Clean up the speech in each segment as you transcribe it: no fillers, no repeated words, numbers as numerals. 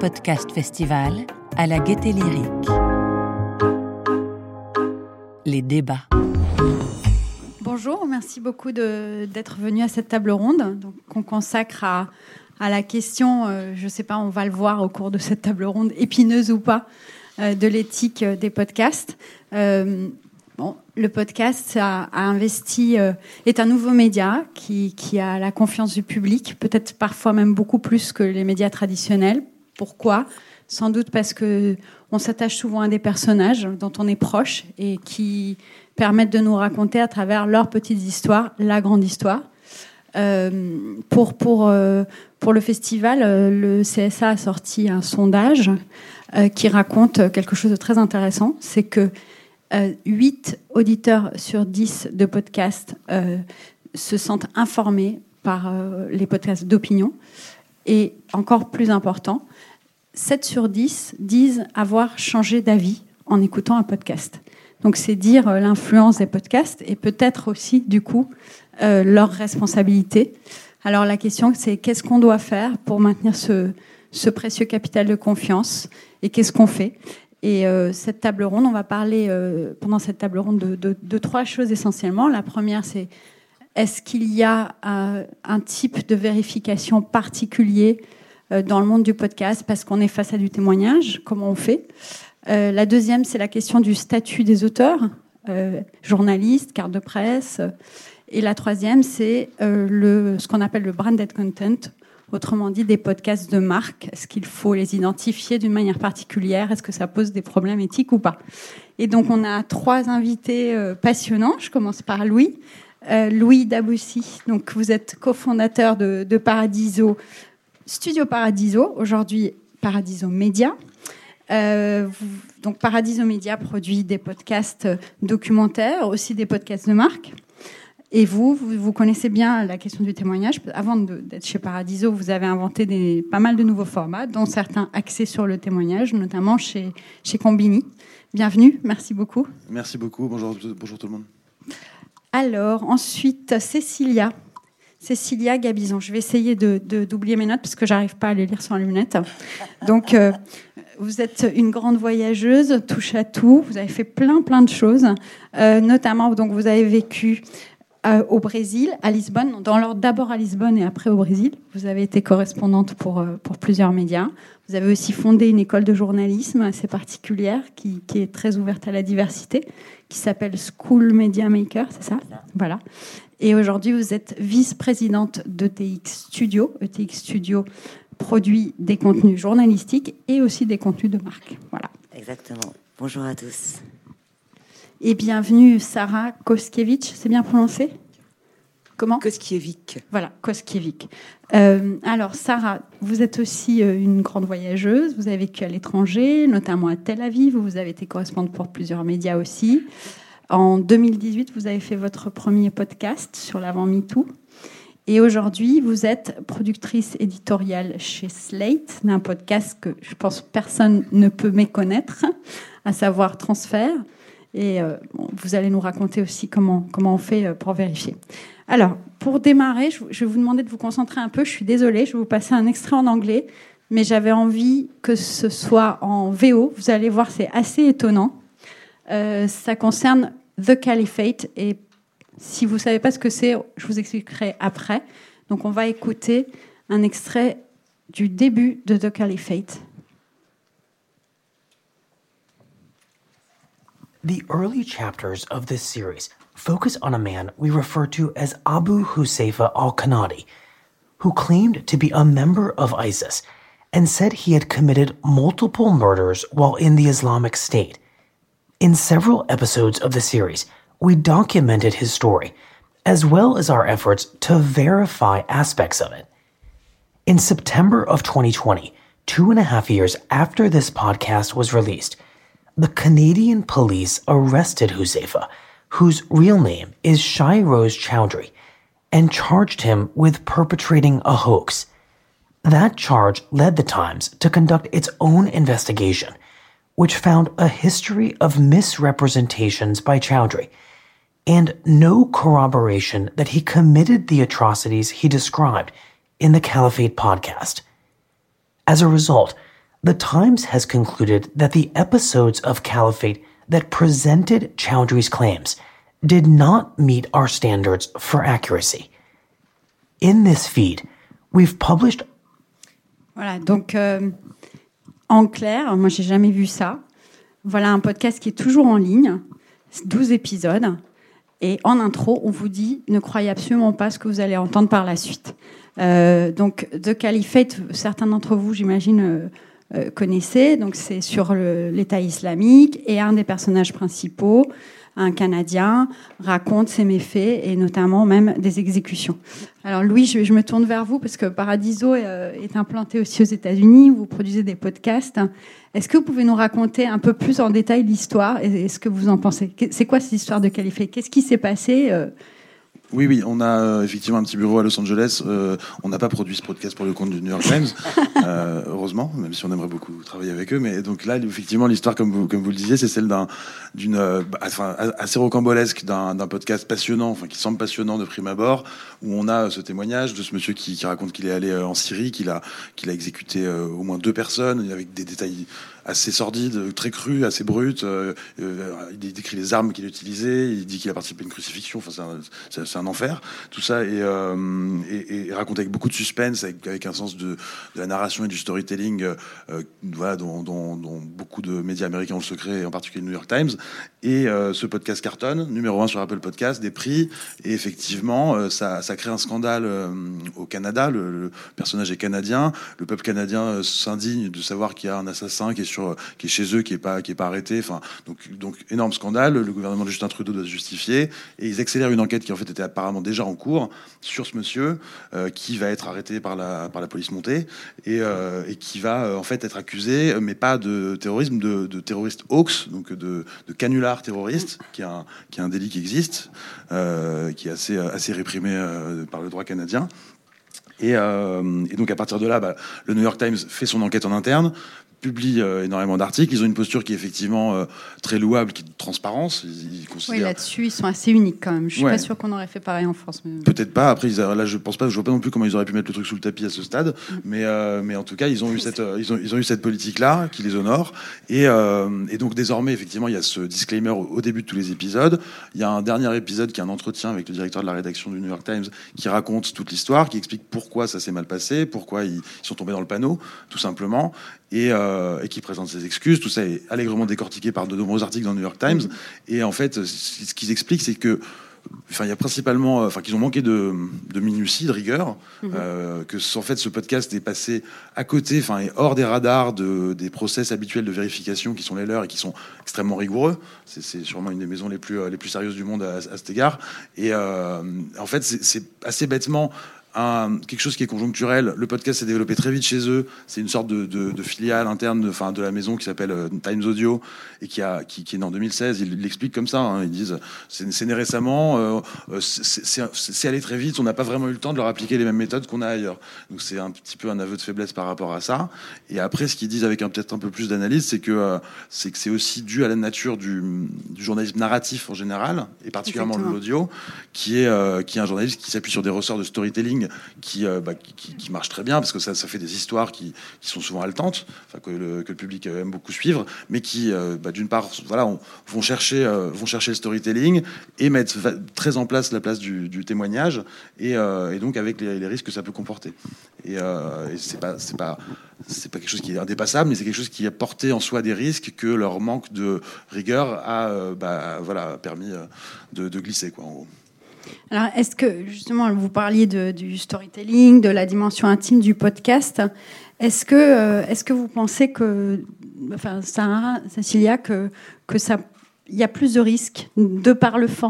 podcast festival à la Gaîté Lyrique. Les débats. Bonjour, merci beaucoup d'être venu à cette table ronde qu'on consacre à la question, je ne sais pas, on va le voir au cours de cette table ronde, épineuse ou pas, de l'éthique des podcasts. Le podcast a investi, est un nouveau média qui a la confiance du public, peut-être parfois même beaucoup plus que les médias traditionnels. Pourquoi ? Sans doute parce que on s'attache souvent à des personnages dont on est proche et qui permettent de nous raconter à travers leurs petites histoires la grande histoire. Pour le festival, le CSA a sorti un sondage qui raconte quelque chose de très intéressant. C'est que 8 auditeurs sur 10 de podcasts se sentent informés par les podcasts d'opinion. Et encore plus important, 7 sur 10 disent avoir changé d'avis en écoutant un podcast. Donc c'est dire l'influence des podcasts et peut-être aussi, du coup, leur responsabilité. Alors la question, c'est qu'est-ce qu'on doit faire pour maintenir ce précieux capital de confiance et qu'est-ce qu'on fait ? Et cette table ronde, on va parler pendant cette table ronde de 3 choses essentiellement. La première, c'est est-ce qu'il y a un type de vérification particulier dans le monde du podcast parce qu'on est face à du témoignage, comment on fait ? La deuxième, c'est la question du statut des auteurs, journalistes, carte de presse. Et la troisième, c'est ce qu'on appelle le branded content, autrement dit des podcasts de marque. Est-ce qu'il faut les identifier d'une manière particulière ? Est-ce que ça pose des problèmes éthiques ou pas ? Et donc, on a 3 invités passionnants. Je commence par Louis. Louis Daboussi, donc vous êtes cofondateur de Paradiso, Studio Paradiso, aujourd'hui Paradiso Média. Donc Paradiso Média produit des podcasts documentaires, aussi des podcasts de marque. Et vous connaissez bien la question du témoignage. Avant d'être chez Paradiso, vous avez inventé pas mal de nouveaux formats, dont certains axés sur le témoignage, notamment chez Combini. Bienvenue, merci beaucoup. Merci beaucoup, bonjour tout le monde. Alors, ensuite, Cécilia Gabizon. Je vais essayer d'oublier mes notes parce que j'arrive pas à les lire sans lunettes. Donc, vous êtes une grande voyageuse, touche à tout. Vous avez fait plein de choses. Notamment, donc, vous avez vécu au Brésil, à Lisbonne. D'abord à Lisbonne et après au Brésil. Vous avez été correspondante pour plusieurs médias. Vous avez aussi fondé une école de journalisme assez particulière qui est très ouverte à la diversité, qui s'appelle School Media Maker, c'est ça ? Voilà. Et aujourd'hui, vous êtes vice-présidente d'ETX Studio. ETX Studio produit des contenus journalistiques et aussi des contenus de marque. Voilà. Exactement. Bonjour à tous. Et bienvenue Sarah Koskiewicz, c'est bien prononcé ? Comment ? Koskiewicz. Voilà, Koskiewicz. Alors Sarah, vous êtes aussi une grande voyageuse, vous avez vécu à l'étranger, notamment à Tel Aviv, où vous avez été correspondante pour plusieurs médias aussi. En 2018, vous avez fait votre premier podcast sur l'avant MeToo. Et aujourd'hui, vous êtes productrice éditoriale chez Slate, d'un podcast que je pense personne ne peut méconnaître, à savoir Transfert. Et vous allez nous raconter aussi comment on fait pour vérifier. Alors, pour démarrer, je vais vous demander de vous concentrer un peu. Je suis désolée, je vais vous passer un extrait en anglais, mais j'avais envie que ce soit en VO. Vous allez voir, c'est assez étonnant. Ça concerne The Caliphate. Et si vous ne savez pas ce que c'est, je vous expliquerai après. Donc, on va écouter un extrait du début de The Caliphate. The early chapters of this series focus on a man we refer to as Abu Huzaifa al-Qanadi, who claimed to be a member of ISIS and said he had committed multiple murders while in the Islamic State. In several episodes of the series, we documented his story, as well as our efforts to verify aspects of it. In September of 2020, 2.5 years after this podcast was released, the Canadian police arrested Huzaifa, whose real name is Shai-Rose Chowdhury, and charged him with perpetrating a hoax. That charge led the Times to conduct its own investigation, which found a history of misrepresentations by Chowdhury and no corroboration that he committed the atrocities he described in the Caliphate podcast. As a result, The Times has concluded that the episodes of Caliphate that presented Chowdhury's claims did not meet our standards for accuracy. In this feed, we've published... Voilà, donc en clair, moi j'ai jamais vu ça. Voilà un podcast qui est toujours en ligne, 12 épisodes. Et en intro, on vous dit, ne croyez absolument pas ce que vous allez entendre par la suite. Donc, The Caliphate, certains d'entre vous, j'imagine, connaissez. Donc, c'est sur l'État islamique. Et un des personnages principaux, un Canadien, raconte ses méfaits et notamment même des exécutions. Alors, Louis, je me tourne vers vous parce que Paradiso est implanté aussi aux États-Unis. Vous produisez des podcasts. Est-ce que vous pouvez nous raconter un peu plus en détail l'histoire et ce que vous en pensez ? C'est quoi cette histoire de Caliphate ? Qu'est-ce qui s'est passé ? Oui, on a effectivement un petit bureau à Los Angeles. On n'a pas produit ce podcast pour le compte du New York Times, heureusement, même si on aimerait beaucoup travailler avec eux. Mais donc là, effectivement, l'histoire, comme vous le disiez, c'est celle assez rocambolesque d'un podcast passionnant, qui semble passionnant de prime abord, où on a ce témoignage de ce monsieur qui raconte qu'il est allé en Syrie, qu'il a exécuté au moins 2 personnes, avec des détails assez sordides, très crus, assez bruts. Il décrit les armes qu'il utilisait, il dit qu'il a participé à une crucifixion. C'est un enfer, tout ça, et raconté avec beaucoup de suspense, avec un sens de la narration et du storytelling, dont beaucoup de médias américains ont le secret, et en particulier le New York Times. Et ce podcast cartonne, numéro 1 sur Apple Podcast, des prix, et effectivement, ça crée un scandale au Canada. Le personnage est canadien, le peuple canadien s'indigne de savoir qu'il y a un assassin qui est chez eux, qui est pas arrêté. Donc énorme scandale. Le gouvernement de Justin Trudeau doit se justifier, et ils accélèrent une enquête qui en fait était apparemment déjà en cours sur ce monsieur qui va être arrêté par la police montée et qui va en fait être accusé, mais pas de terrorisme, de terroriste hoax, donc de canular terroriste, qui est un délit qui existe, qui est assez réprimé par le droit canadien. Et donc à partir de là, le New York Times fait son enquête en interne, publie énormément d'articles. Ils ont une posture qui est effectivement très louable, qui est de transparence. Ils considèrent... Oui, là-dessus, ils sont assez uniques quand même. Je suis pas sûre qu'on aurait fait pareil en France. Mais... Peut-être pas. Après, là, je vois pas non plus comment ils auraient pu mettre le truc sous le tapis à ce stade. Mais en tout cas, ils ont eu cette politique-là qui les honore. Et donc désormais, effectivement, il y a ce disclaimer au début de tous les épisodes. Il y a un dernier épisode qui est un entretien avec le directeur de la rédaction du New York Times, qui raconte toute l'histoire, qui explique pourquoi ça s'est mal passé, pourquoi ils sont tombés dans le panneau, tout simplement. Et qui présente ses excuses. Tout ça est allègrement décortiqué par de nombreux articles dans le New York Times. Et en fait, ce qu'ils expliquent, c'est que, il y a principalement, qu'ils ont manqué de minutie, de rigueur, que en fait ce podcast est passé à côté, est hors des radars des process habituels de vérification qui sont les leurs et qui sont extrêmement rigoureux. C'est sûrement une des maisons les plus sérieuses du monde à cet égard. Et en fait, c'est assez bêtement quelque chose qui est conjoncturel. Le podcast s'est développé très vite chez eux. C'est une sorte de filiale interne de la maison qui s'appelle Times Audio et qui est née en 2016. Ils l'expliquent comme ça. Ils disent c'est né récemment. C'est allé très vite. On n'a pas vraiment eu le temps de leur appliquer les mêmes méthodes qu'on a ailleurs. Donc c'est un petit peu un aveu de faiblesse par rapport à ça. Et après, ce qu'ils disent avec peut-être un peu plus d'analyse, c'est que c'est aussi dû à la nature du journalisme narratif en général, et particulièrement de l'audio, qui est un journalisme qui s'appuie sur des ressorts de storytelling qui marche très bien parce que ça fait des histoires qui sont souvent haletantes, que le public aime beaucoup suivre, mais qui d'une part vont chercher le storytelling et mettre très en place la place du témoignage et donc avec les risques que ça peut comporter. Et c'est pas quelque chose qui est indépassable, mais c'est quelque chose qui a porté en soi des risques que leur manque de rigueur a permis de glisser, quoi, en gros. Alors, est-ce que, justement, vous parliez du storytelling, de la dimension intime du podcast. Est-ce que vous pensez que, Sarah, Cécilia, il y a plus de risques de par le format ?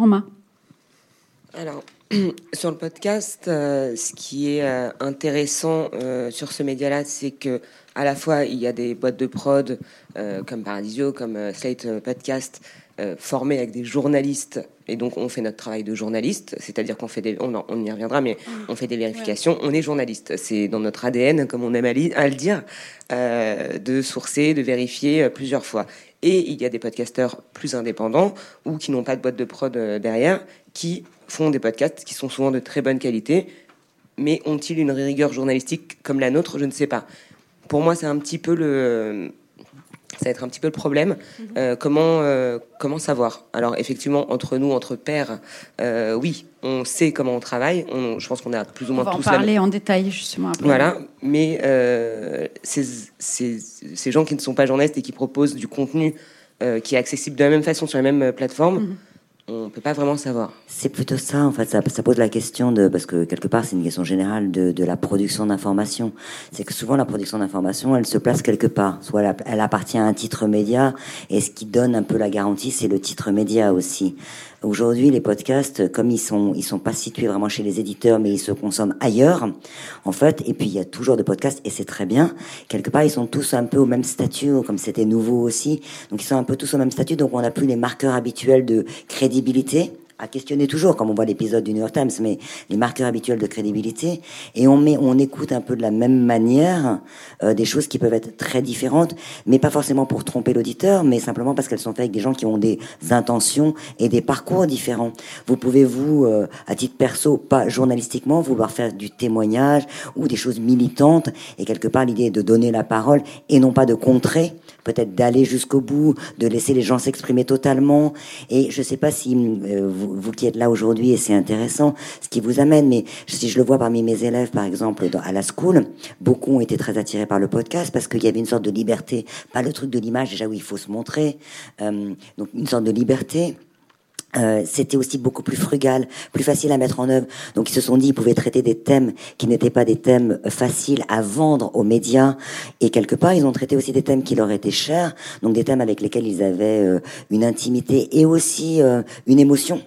Alors, sur le podcast, ce qui est intéressant sur ce média-là, c'est que à la fois, il y a des boîtes de prod comme Paradiso, comme Slate Podcast, formés avec des journalistes, et donc on fait notre travail de journaliste, c'est-à-dire qu'on fait on y reviendra, mais on fait des vérifications, on est journaliste, c'est dans notre ADN, comme on aime à le dire, de sourcer, de vérifier plusieurs fois. Et il y a des podcasteurs plus indépendants ou qui n'ont pas de boîte de prod derrière, qui font des podcasts qui sont souvent de très bonne qualité, mais ont-ils une rigueur journalistique comme la nôtre ? Je ne sais pas. pour moi, c'est un petit peu ça va être un petit peu le problème. Comment savoir ? Alors effectivement, entre pairs, oui, on sait comment on travaille. Je pense qu'on a plus ou moins tous. On va en parler en détail justement après. Voilà, mais ces gens qui ne sont pas journalistes et qui proposent du contenu qui est accessible de la même façon sur la même plateforme, on ne peut pas vraiment savoir. C'est plutôt ça, en fait. Ça pose la question parce que quelque part, c'est une question générale de la production d'information. C'est que souvent, la production d'information, elle se place quelque part. Soit elle appartient à un titre média, et ce qui donne un peu la garantie, c'est le titre média aussi. Aujourd'hui, les podcasts, comme ils sont pas situés vraiment chez les éditeurs, mais ils se consomment ailleurs, en fait. Et puis, il y a toujours des podcasts, et c'est très bien. Quelque part, ils sont tous un peu au même statut, comme c'était nouveau aussi. Donc, ils sont un peu tous au même statut. Donc, on n'a plus les marqueurs habituels de crédibilité à questionner toujours, comme on voit l'épisode du New York Times, mais les marqueurs habituels de crédibilité, et on écoute un peu de la même manière des choses qui peuvent être très différentes, mais pas forcément pour tromper l'auditeur, mais simplement parce qu'elles sont faites avec des gens qui ont des intentions et des parcours différents. Vous pouvez, à titre perso, pas journalistiquement, vouloir faire du témoignage ou des choses militantes, et quelque part l'idée est de donner la parole et non pas de contrer, peut-être d'aller jusqu'au bout, de laisser les gens s'exprimer totalement. Et je sais pas si vous qui êtes là aujourd'hui, et c'est intéressant ce qui vous amène, mais si je le vois parmi mes élèves, par exemple, à la school, beaucoup ont été très attirés par le podcast parce qu'il y avait une sorte de liberté, pas le truc de l'image déjà où il faut se montrer, donc une sorte de liberté. C'était aussi beaucoup plus frugal, plus facile à mettre en œuvre. Donc ils se sont dit ils pouvaient traiter des thèmes qui n'étaient pas des thèmes faciles à vendre aux médias, et quelque part ils ont traité aussi des thèmes qui leur étaient chers, donc des thèmes avec lesquels ils avaient une intimité et aussi une émotion.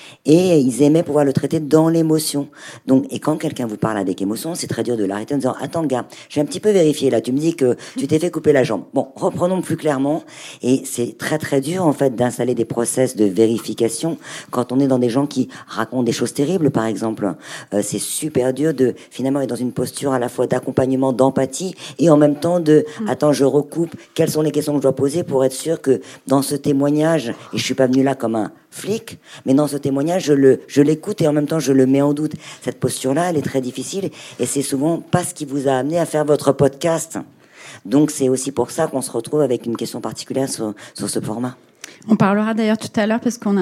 Et ils aimaient pouvoir le traiter dans l'émotion. Donc, et quand quelqu'un vous parle avec émotion, c'est très dur de l'arrêter en disant, attends, gars, j'ai un petit peu vérifié là, tu me dis que tu t'es fait couper la jambe. Bon, reprenons plus clairement. Et c'est très très dur, en fait, d'installer des process de vérification quand on est dans des gens qui racontent des choses terribles, par exemple. C'est super dur de, finalement, être dans une posture à la fois d'accompagnement, d'empathie, et en même temps attends, je recoupe, quelles sont les questions que je dois poser pour être sûr que dans ce témoignage, et je suis pas venu là comme un flic, mais dans ce témoignage, je l'écoute et en même temps je le mets en doute. Cette posture-là, elle est très difficile, et c'est souvent pas ce qui vous a amené à faire votre podcast. Donc c'est aussi pour ça qu'on se retrouve avec une question particulière sur ce format. On parlera d'ailleurs tout à l'heure, parce qu'on a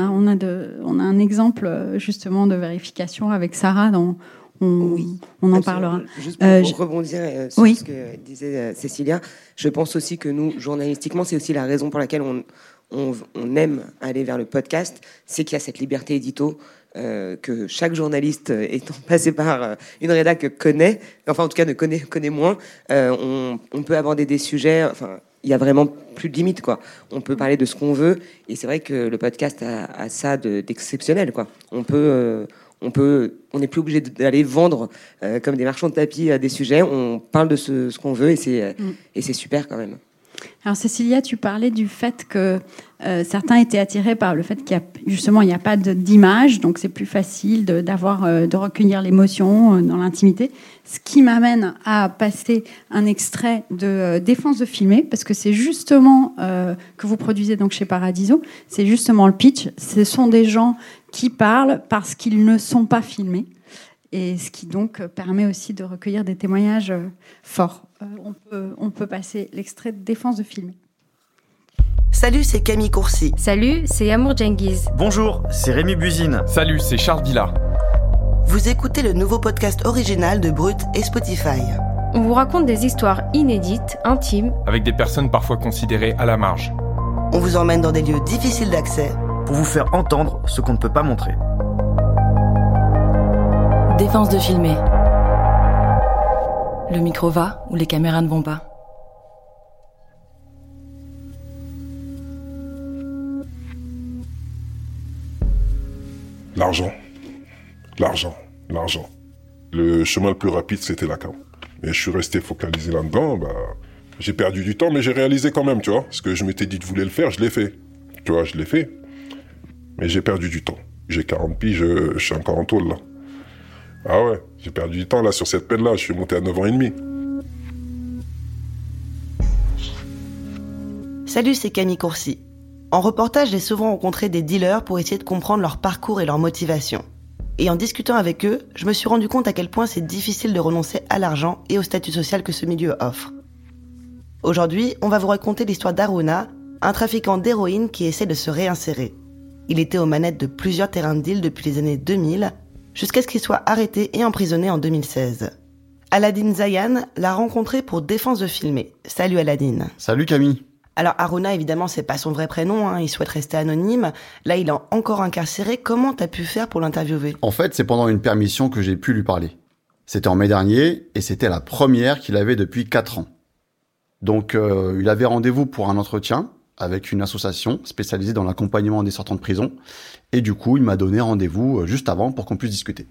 un exemple justement de vérification avec Sarah dans... On en parlera. Juste pour rebondir sur ce que disait Cécilia, je pense aussi que nous, journalistiquement, c'est aussi la raison pour laquelle on aime aller vers le podcast, c'est qu'il y a cette liberté édito que chaque journaliste étant passé par une rédac connaît, enfin en tout cas ne connaît moins. On peut aborder des sujets, enfin il y a vraiment plus de limites, quoi. On peut parler de ce qu'on veut, et c'est vrai que le podcast a ça d'exceptionnel, quoi. On n'est plus obligé d'aller vendre comme des marchands de tapis des sujets. On parle de ce qu'on veut, et c'est super quand même. Alors Cécilia, tu parlais du fait que certains étaient attirés par le fait qu'il n'y a pas d'image, donc c'est plus facile de recueillir l'émotion dans l'intimité. Ce qui m'amène à passer un extrait de Défense de filmer, parce que c'est justement que vous produisez donc chez Paradiso, c'est justement le pitch. Ce sont des gens qui parlent parce qu'ils ne sont pas filmés, et ce qui donc permet aussi de recueillir des témoignages forts. On peut passer l'extrait de Défense de filmer. Salut, c'est Camille Courcy. Salut, c'est Amour Djengiz. Bonjour, c'est Rémi Buzine. Salut, c'est Charles Villa. Vous écoutez le nouveau podcast original de Brut et Spotify. On vous raconte des histoires inédites, intimes, avec des personnes parfois considérées à la marge. On vous emmène dans des lieux difficiles d'accès pour vous faire entendre ce qu'on ne peut pas montrer. Défense de filmer. Le micro va ou les caméras ne vont pas. L'argent. Le chemin le plus rapide, c'était la cam. Et je suis resté focalisé là-dedans. J'ai perdu du temps, mais j'ai réalisé quand même, tu vois. Ce que je m'étais dit de vouloir le faire, je l'ai fait. Tu vois, je l'ai fait. Mais j'ai perdu du temps. J'ai 40 piges, je suis encore en tôle, là. Ah ouais, j'ai perdu du temps, là, sur cette peine-là. Je suis monté à 9 ans et demi. Salut, c'est Camille Courcy. En reportage, j'ai souvent rencontré des dealers pour essayer de comprendre leur parcours et leur motivation. Et en discutant avec eux, je me suis rendu compte à quel point c'est difficile de renoncer à l'argent et au statut social que ce milieu offre. Aujourd'hui, on va vous raconter l'histoire d'Aruna, un trafiquant d'héroïne qui essaie de se réinsérer. Il était aux manettes de plusieurs terrains de deal depuis les années 2000, jusqu'à ce qu'il soit arrêté et emprisonné en 2016. Aladine Zayan l'a rencontré pour Défense de Filmer. Salut Aladine. Salut Camille. Alors Aruna, évidemment, c'est pas son vrai prénom, il souhaite rester anonyme. Là, il est encore incarcéré. Comment t'as pu faire pour l'interviewer ? En fait, c'est pendant une permission que j'ai pu lui parler. C'était en mai dernier, et c'était la première qu'il avait depuis 4 ans. Donc, il avait rendez-vous pour un entretien avec une association spécialisée dans l'accompagnement des sortants de prison. Et du coup, il m'a donné rendez-vous juste avant pour qu'on puisse discuter.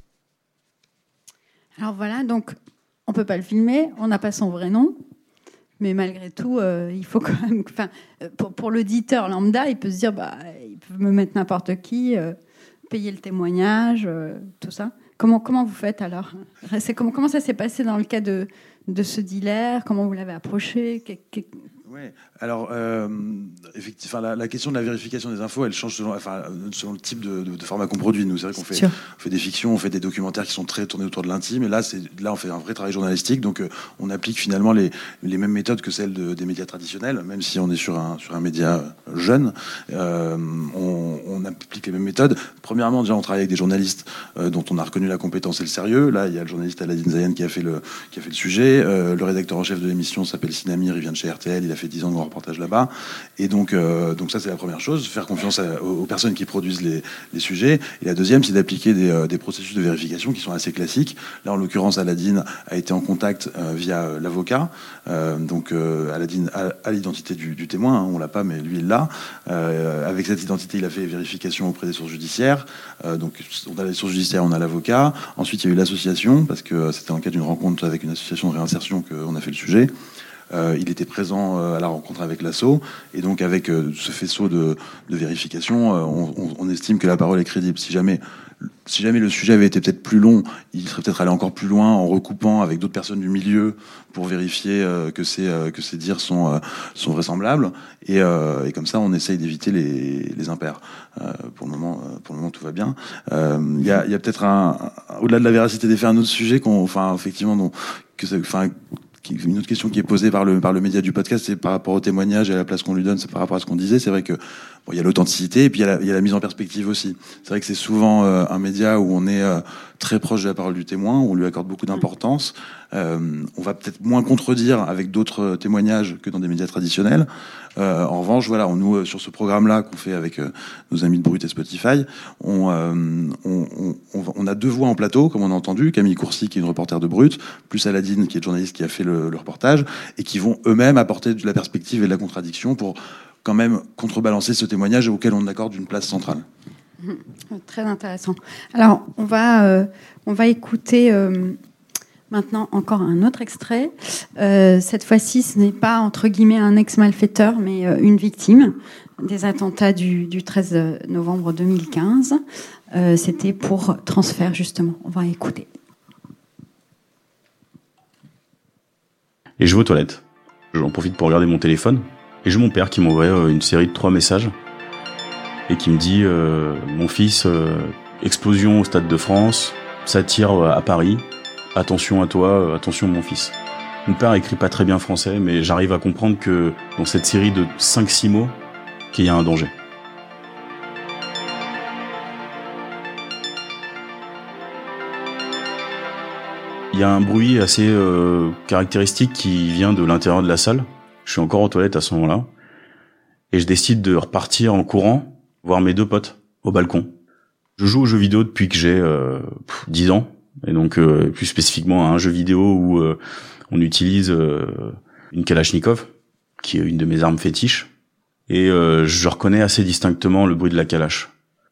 Alors voilà, donc on peut pas le filmer, on n'a pas son vrai nom, mais malgré tout, il faut quand même... Pour l'auditeur lambda, il peut se dire, il peut me mettre n'importe qui, payer le témoignage, tout ça. Comment vous faites alors ? Comment ça s'est passé dans le cas de ce dealer ? Comment vous l'avez approché ? Ouais. Alors, effectivement, la question de la vérification des infos, elle change selon le type de format qu'on produit. Nous, c'est vrai qu'on fait des fictions, on fait des documentaires qui sont très tournés autour de l'intime, et là, on fait un vrai travail journalistique. Donc, on applique finalement les mêmes méthodes que celles des médias traditionnels, même si on est sur un média jeune. On applique les mêmes méthodes. Premièrement, déjà, on travaille avec des journalistes dont on a reconnu la compétence et le sérieux. Là, il y a le journaliste Aladine Zayan qui a fait le sujet. Le rédacteur en chef de l'émission s'appelle Sinamir, il vient de chez RTL, il a fait 10 ans de grand reportage là-bas. Et donc ça, c'est la première chose, faire confiance aux personnes qui produisent les sujets. Et la deuxième, c'est d'appliquer des processus de vérification qui sont assez classiques. Là, en l'occurrence, Aladine a été en contact via l'avocat. Donc Aladine a l'identité du témoin, on l'a pas, mais lui, il l'a. Avec cette identité, il a fait vérification auprès des sources judiciaires. Donc on a les sources judiciaires, on a l'avocat. Ensuite, il y a eu l'association, parce que c'était en cas d'une rencontre avec une association de réinsertion qu'on a fait le sujet. Il était présent à la rencontre avec l'asso, et donc avec ce faisceau de vérification, on estime que la parole est crédible. Si jamais le sujet avait été peut-être plus long, il serait peut-être allé encore plus loin en recoupant avec d'autres personnes du milieu pour vérifier que ces dires sont vraisemblables, et comme ça on essaye d'éviter les impairs. Pour le moment tout va bien. Il y a peut-être au-delà de la véracité des faits, un autre sujet une autre question qui est posée par le média du podcast, c'est par rapport au témoignage et à la place qu'on lui donne, c'est par rapport à ce qu'on disait. C'est vrai que il y a l'authenticité, et puis il y a la mise en perspective aussi. C'est vrai que c'est souvent un média où on est très proche de la parole du témoin, où on lui accorde beaucoup d'importance. On va peut-être moins contredire avec d'autres témoignages que dans des médias traditionnels. En revanche, voilà, nous sur ce programme-là qu'on fait avec nos amis de Brut et Spotify, on a 2 voix en plateau, comme on a entendu, Camille Courcy qui est une reporter de Brut, plus Aladine qui est journaliste qui a fait le reportage, et qui vont eux-mêmes apporter de la perspective et de la contradiction pour quand même contrebalancer ce témoignage auquel on accorde une place centrale. Très intéressant. Alors, on va écouter maintenant encore un autre extrait. Cette fois-ci, ce n'est pas, entre guillemets, un ex-malfaiteur, mais une victime des attentats du 13 novembre 2015. C'était pour Transfert, justement. On va écouter. Et je vais aux toilettes. J'en profite pour regarder mon téléphone. Et j'ai mon père qui m'envoie une série de 3 messages. Et qui me dit mon fils, explosion au Stade de France, ça tire à Paris, attention à toi, attention mon fils. Mon père écrit pas très bien français, mais j'arrive à comprendre que dans cette série de 5-6 mots, qu'il y a un danger. Il y a un bruit assez caractéristique qui vient de l'intérieur de la salle. Je suis encore aux toilettes à ce moment-là. Et je décide de repartir en courant voir mes 2 potes au balcon. Je joue aux jeux vidéo depuis que j'ai 10 ans. Et donc, plus spécifiquement à un jeu vidéo où on utilise une Kalachnikov, qui est une de mes armes fétiches. Et je reconnais assez distinctement le bruit de la Kalash.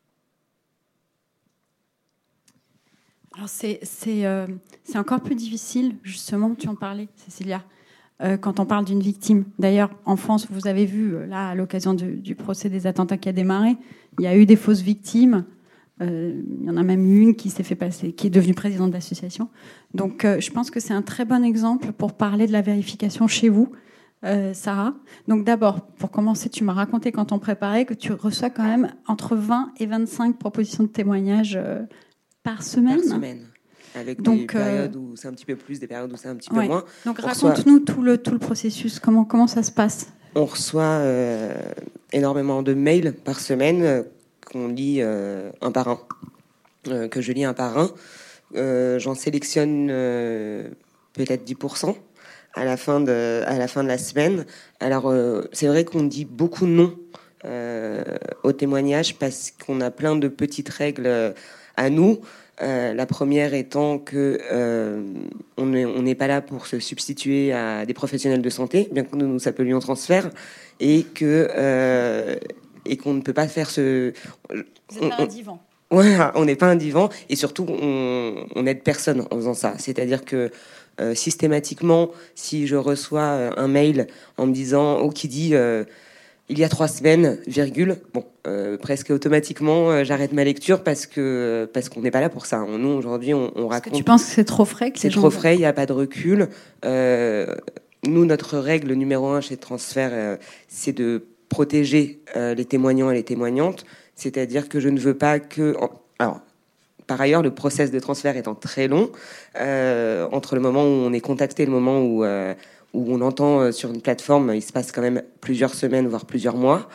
Alors c'est encore plus difficile, justement, tu en parlais, Cécilia, quand on parle d'une victime. D'ailleurs, en France, vous avez vu, là, à l'occasion du procès des attentats qui a démarré, il y a eu des fausses victimes. Il y en a même une qui s'est fait passer, qui est devenue présidente de l'association. Donc, je pense que c'est un très bon exemple pour parler de la vérification chez vous, Sarah. Donc, d'abord, pour commencer, tu m'as raconté quand on préparait que tu reçois quand même entre 20 et 25 propositions de témoignages par semaine. Par semaine. Avec donc, des périodes où c'est un petit peu plus, des périodes où c'est un petit peu moins. Donc raconte-nous tout le processus, comment ça se passe. On reçoit énormément de mails par semaine qu'on lit un par un, que je lis un par un. J'en sélectionne peut-être 10% à la fin de la semaine. Alors, c'est vrai qu'on dit beaucoup non au témoignage parce qu'on a plein de petites règles à nous. La première étant que on n'est pas là pour se substituer à des professionnels de santé, bien que nous nous appelions transfert, et qu'on ne peut pas faire ce... Vous n'êtes pas un divan. Voilà, on n'est pas un divan, et surtout, on n'aide personne en faisant ça. C'est-à-dire que systématiquement, si je reçois un mail en me disant, qui dit il y a 3 semaines, virgule, presque automatiquement, j'arrête ma lecture parce qu'on n'est pas là pour ça. Nous, aujourd'hui, on raconte... Que tu penses que c'est trop frais? C'est trop frais, il n'y a pas de recul. Nous, notre règle numéro 1 chez Transfert, c'est de protéger les témoignants et les témoignantes. C'est-à-dire que je ne veux pas que... Alors, par ailleurs, le process de transfert étant très long, entre le moment où on est contacté et le moment où on entend sur une plateforme, il se passe quand même plusieurs semaines, voire plusieurs mois.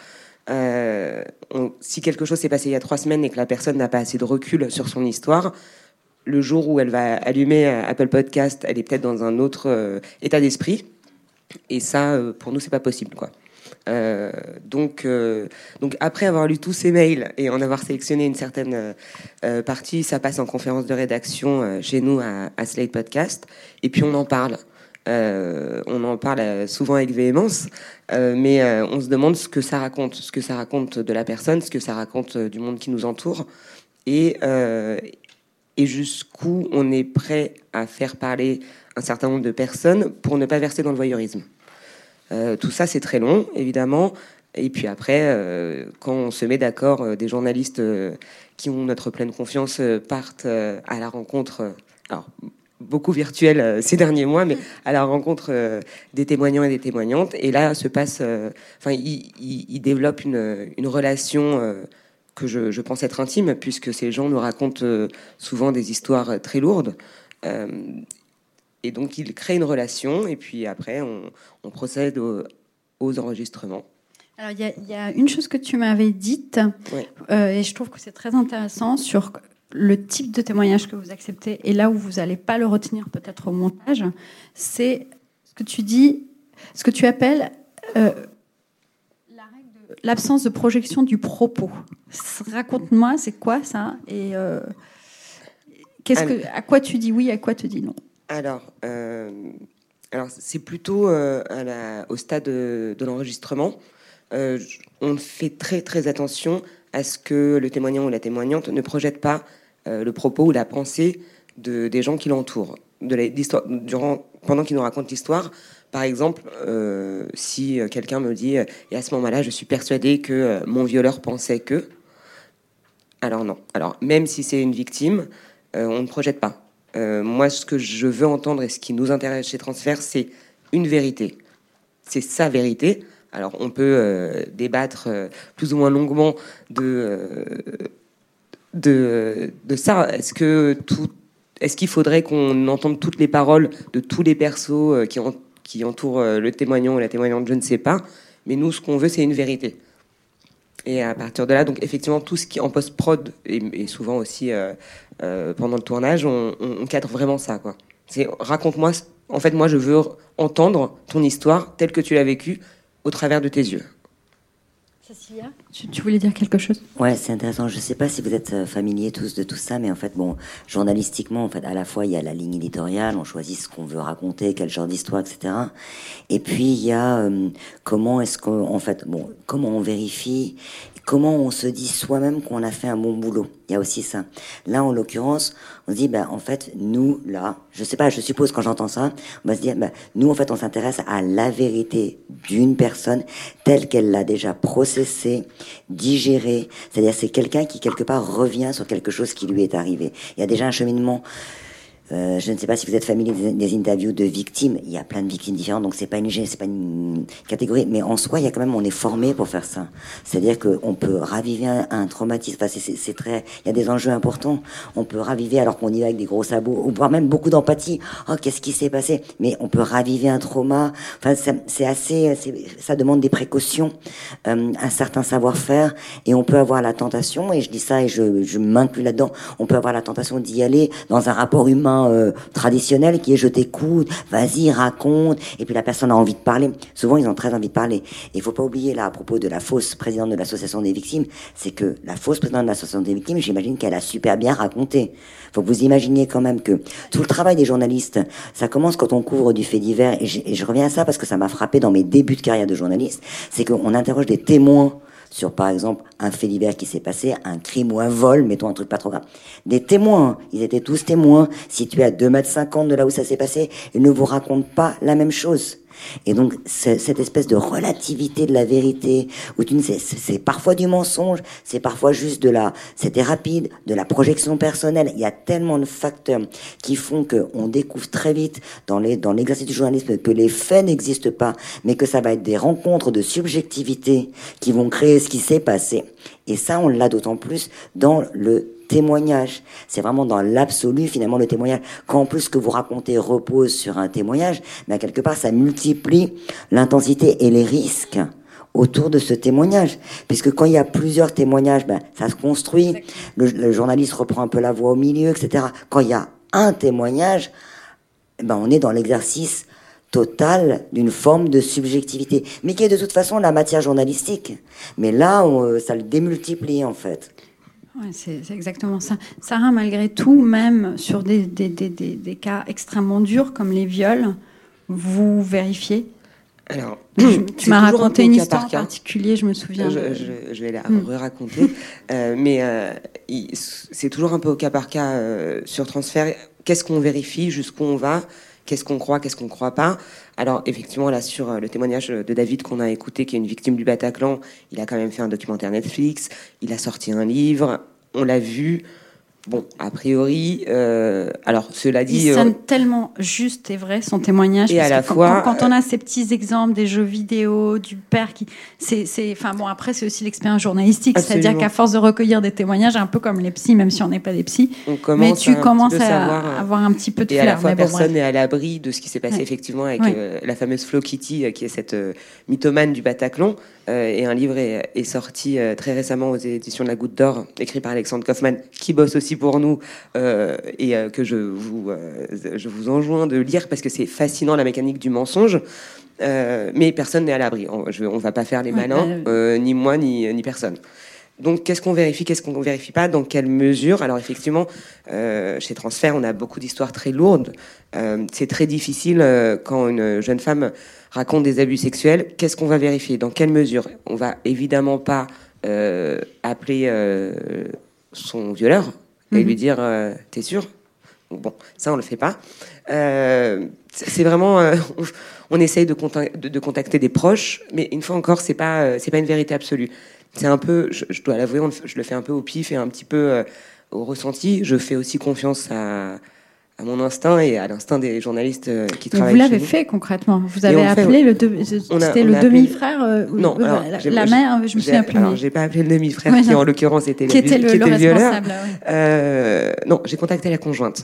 Si quelque chose s'est passé il y a 3 semaines et que la personne n'a pas assez de recul sur son histoire, le jour où elle va allumer Apple Podcast, elle est peut-être dans un autre état d'esprit. Et ça, pour nous, c'est pas possible, quoi. Donc après avoir lu tous ces mails et en avoir sélectionné une certaine partie, ça passe en conférence de rédaction chez nous à Slate Podcast, et puis on en parle. On en parle souvent avec véhémence, mais on se demande ce que ça raconte de la personne, ce que ça raconte du monde qui nous entoure, et jusqu'où on est prêt à faire parler un certain nombre de personnes pour ne pas verser dans le voyeurisme. Tout ça, c'est très long, évidemment. Et puis après, quand on se met d'accord, des journalistes qui ont notre pleine confiance partent à la rencontre, alors beaucoup virtuelle ces derniers mois, mais à la rencontre des témoignants et des témoignantes. Et là, se passe, ils développent une relation que je pense être intime, puisque ces gens nous racontent souvent des histoires très lourdes. Et donc, il crée une relation, et puis après, on procède aux enregistrements. Alors, il y a une chose que tu m'avais dite, et je trouve que c'est très intéressant, sur le type de témoignage que vous acceptez, et là où vous n'allez pas le retenir peut-être au montage, c'est ce que tu dis, ce que tu appelles l'absence de projection du propos. Raconte-moi, c'est quoi ça? Et à quoi tu dis oui, à quoi tu dis non? Alors, c'est plutôt au stade de l'enregistrement. On fait très très attention à ce que le témoignant ou la témoignante ne projette pas le propos ou la pensée des gens qui l'entourent. Pendant qu'il nous raconte l'histoire, par exemple, si quelqu'un me dit et à ce moment-là, je suis persuadé que mon violeur pensait que... Alors non. Alors, même si c'est une victime, on ne projette pas. Moi, ce que je veux entendre et ce qui nous intéresse chez Transfert, c'est une vérité. C'est sa vérité. Alors, on peut débattre plus ou moins longuement de ça. Est-ce qu'il faudrait qu'on entende toutes les paroles de tous les persos qui entourent le témoignant ou la témoignante? Je ne sais pas. Mais nous, ce qu'on veut, c'est une vérité. Et à partir de là, donc effectivement, tout ce qui est en post-prod et souvent aussi pendant le tournage, on cadre vraiment ça, quoi. C'est raconte-moi. En fait, moi, je veux entendre ton histoire telle que tu l'as vécue au travers de tes yeux. Cécilia, tu voulais dire quelque chose? Ouais, c'est intéressant. Je ne sais pas si vous êtes familiers tous de tout ça, mais en fait, journalistiquement, en fait, à la fois il y a la ligne éditoriale, on choisit ce qu'on veut raconter, quel genre d'histoire, etc. Et puis il y a comment on vérifie, comment on se dit soi-même qu'on a fait un bon boulot. Il y a aussi ça. Là, en l'occurrence, on se dit, en fait, nous, là, je sais pas, je suppose quand j'entends ça, on va se dire, nous, en fait, on s'intéresse à la vérité d'une personne telle qu'elle l'a déjà processée, digérée. C'est-à-dire, c'est quelqu'un qui, quelque part, revient sur quelque chose qui lui est arrivé. Il y a déjà un cheminement Je ne sais pas si vous êtes familier des interviews de victimes. Il y a plein de victimes différentes, donc c'est pas une catégorie. Mais en soi, on est formé pour faire ça. C'est-à-dire qu'on peut raviver un traumatisme. Enfin, c'est très, il y a des enjeux importants. On peut raviver alors qu'on y va avec des gros sabots, ou voire même beaucoup d'empathie. Oh, qu'est-ce qui s'est passé? Mais on peut raviver un trauma. Enfin, ça demande des précautions, un certain savoir-faire, et on peut avoir la tentation, et je dis ça et je m'inclus là-dedans, on peut avoir la tentation d'y aller dans un rapport humain traditionnel qui est je t'écoute, vas-y, raconte, et puis la personne a envie de parler. Souvent, ils ont très envie de parler. Et il faut pas oublier, là, à propos de la fausse présidente de l'association des victimes, c'est que la fausse présidente de l'association des victimes, j'imagine qu'elle a super bien raconté. Faut que vous imaginiez quand même que tout le travail des journalistes, ça commence quand on couvre du fait divers, et je reviens à ça parce que ça m'a frappé dans mes débuts de carrière de journaliste, c'est qu'on interroge des témoins sur, par exemple, un fait divers qui s'est passé, un crime ou un vol, mettons un truc pas trop grave. Des témoins, ils étaient tous témoins, situés à 2,50 m de là où ça s'est passé, ils ne vous racontent pas la même chose. Et donc, cette espèce de relativité de la vérité, où c'est parfois du mensonge, c'est parfois juste c'était rapide, de la projection personnelle. Il y a tellement de facteurs qui font qu'on découvre très vite dans l'exercice du journalisme que les faits n'existent pas, mais que ça va être des rencontres de subjectivité qui vont créer ce qui s'est passé. Et ça, on l'a d'autant plus dans le témoignage. C'est vraiment dans l'absolu, finalement, le témoignage. Quand en plus ce que vous racontez repose sur un témoignage, ben, quelque part, ça multiplie l'intensité et les risques autour de ce témoignage. Puisque quand il y a plusieurs témoignages, ben, ça se construit. Le journaliste reprend un peu la voix au milieu, etc. Quand il y a un témoignage, ben, on est dans l'exercice total d'une forme de subjectivité, mais qui est de toute façon la matière journalistique. Mais là, ça le démultiplie, en fait. Ouais, c'est exactement ça. Sarah, malgré tout, même sur des cas extrêmement durs comme les viols, vous vérifiez? Alors, tu m'as raconté une histoire en particulier, je me souviens. Je vais la raconter, mais c'est toujours un peu au cas par cas sur transfert. Qu'est-ce qu'on vérifie, jusqu'où on va, qu'est-ce qu'on croit pas. Alors effectivement, là, sur le témoignage de David qu'on a écouté, qui est une victime du Bataclan, il a quand même fait un documentaire Netflix, il a sorti un livre, on l'a vu. Bon, a priori, alors cela dit, il sonne tellement juste et vrai son témoignage. Et parce à la fois, quand on a ces petits exemples des jeux vidéo, du père qui, enfin bon, après c'est aussi l'expérience journalistique, absolument. C'est-à-dire qu'à force de recueillir des témoignages, un peu comme les psys, même si on n'est pas des psys, mais tu commences à avoir un petit peu de flair. Et à la fois, personne n'est à l'abri de ce qui s'est passé effectivement avec la fameuse Flo Kitty, qui est cette mythomane du Bataclan. Et un livre est sorti très récemment aux éditions de la Goutte d'Or, écrit par Alexandre Kaufman, qui bosse aussi pour nous, et que je vous enjoins de lire parce que c'est fascinant, la mécanique du mensonge. Mais personne n'est à l'abri. On va pas faire les malins, ni moi ni personne. Donc, qu'est-ce qu'on vérifie, qu'est-ce qu'on ne vérifie pas, dans quelle mesure? Alors, effectivement, chez Transfert, on a beaucoup d'histoires très lourdes. C'est très difficile quand une jeune femme raconte des abus sexuels. Qu'est-ce qu'on va vérifier? Dans quelle mesure? On va évidemment pas appeler son violeur et lui dire t'es sûr? Bon, ça, on le fait pas. C'est vraiment... on essaye de contacter des proches, mais une fois encore, c'est pas une vérité absolue. C'est un peu, je dois l'avouer, je le fais un peu au pif et un petit peu au ressenti. Je fais aussi confiance à mon instinct et à l'instinct des journalistes qui travaillent. Vous l'avez fait concrètement. Vous avez appelé le demi-frère. Non, la mère. Je me souviens plus. Alors, j'ai pas appelé le demi-frère qui en l'occurrence était le violeur. Non, j'ai contacté la conjointe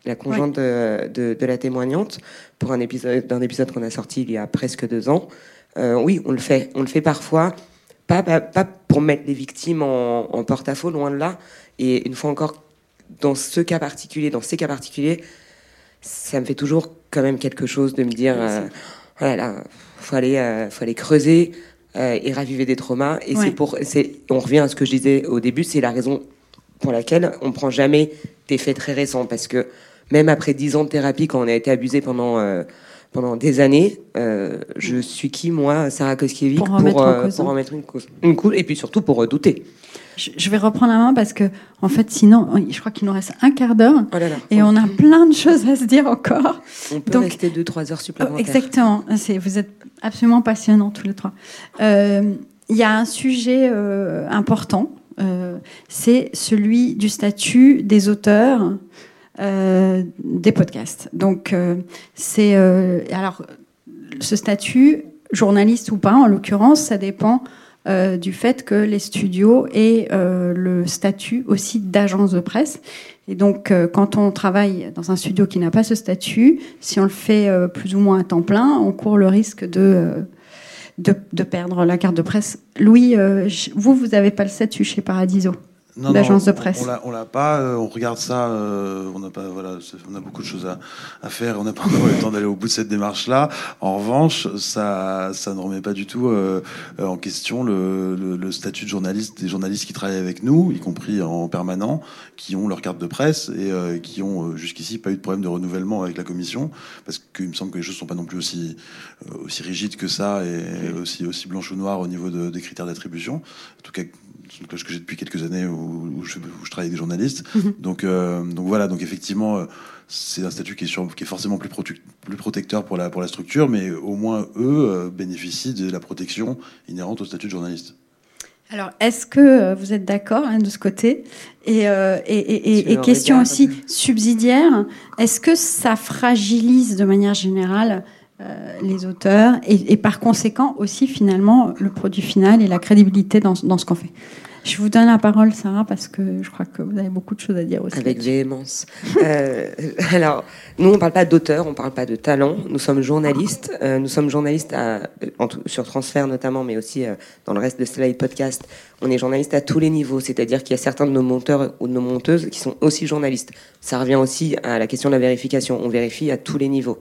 de la témoignante pour d'un épisode qu'on a sorti il y a presque 2 ans. Oui, on le fait parfois. Pas pour mettre les victimes en porte-à-faux, loin de là. Et une fois encore, dans ces cas particuliers, ça me fait toujours quand même quelque chose de me dire, voilà, faut aller creuser et raviver des traumas. Et on revient à ce que je disais au début, c'est la raison pour laquelle on prend jamais des faits très récents, parce que même après 10 ans de thérapie, quand on a été abusé pendant des années, je suis qui, moi, Sarah Koskiewicz, pour remettre une cause, et puis surtout pour douter. Je vais reprendre la main parce que, en fait, sinon, je crois qu'il nous reste un quart d'heure et on a plein de choses à se dire encore. On peut rester 2-3 heures supplémentaires. Exactement. Vous êtes absolument passionnants tous les trois. Il y a un sujet important, c'est celui du statut des auteurs des podcasts. Donc, alors, ce statut, journaliste ou pas, en l'occurrence, ça dépend du fait que les studios aient le statut aussi d'agence de presse. Et donc, quand on travaille dans un studio qui n'a pas ce statut, si on le fait plus ou moins à temps plein, on court le risque de perdre la carte de presse. Louis, vous n'avez pas le statut chez Paradiso d'agence de presse. On l'a pas. On regarde ça. On n'a pas. Voilà, on a beaucoup de choses à faire. On n'a pas encore eu le temps d'aller au bout de cette démarche-là. En revanche, ça ne remet pas du tout en question le statut de journaliste des journalistes qui travaillent avec nous, y compris en permanent, qui ont leur carte de presse et qui ont jusqu'ici pas eu de problème de renouvellement avec la commission, parce qu'il me semble que les choses sont pas non plus aussi rigides que ça et aussi blanches ou noires au niveau des critères d'attribution. En tout cas, c'est une cloche que j'ai depuis quelques années où je travaille avec des journalistes. Donc voilà, donc effectivement, c'est un statut qui est forcément plus protecteur pour la structure, mais au moins eux bénéficient de la protection inhérente au statut de journaliste. Alors, est-ce que vous êtes d'accord de ce côté ? Et question aussi subsidiaire, est-ce que ça fragilise de manière générale les auteurs et par conséquent aussi finalement le produit final et la crédibilité dans ce qu'on fait. Je vous donne la parole, Sarah, parce que je crois que vous avez beaucoup de choses à dire aussi. Avec véhémence. Alors, nous, on ne parle pas d'auteur, on ne parle pas de talent. Nous sommes journalistes. Nous sommes journalistes sur Transfert notamment, mais aussi dans le reste de Slide Podcast. On est journalistes à tous les niveaux. C'est-à-dire qu'il y a certains de nos monteurs ou de nos monteuses qui sont aussi journalistes. Ça revient aussi à la question de la vérification. On vérifie à tous les niveaux.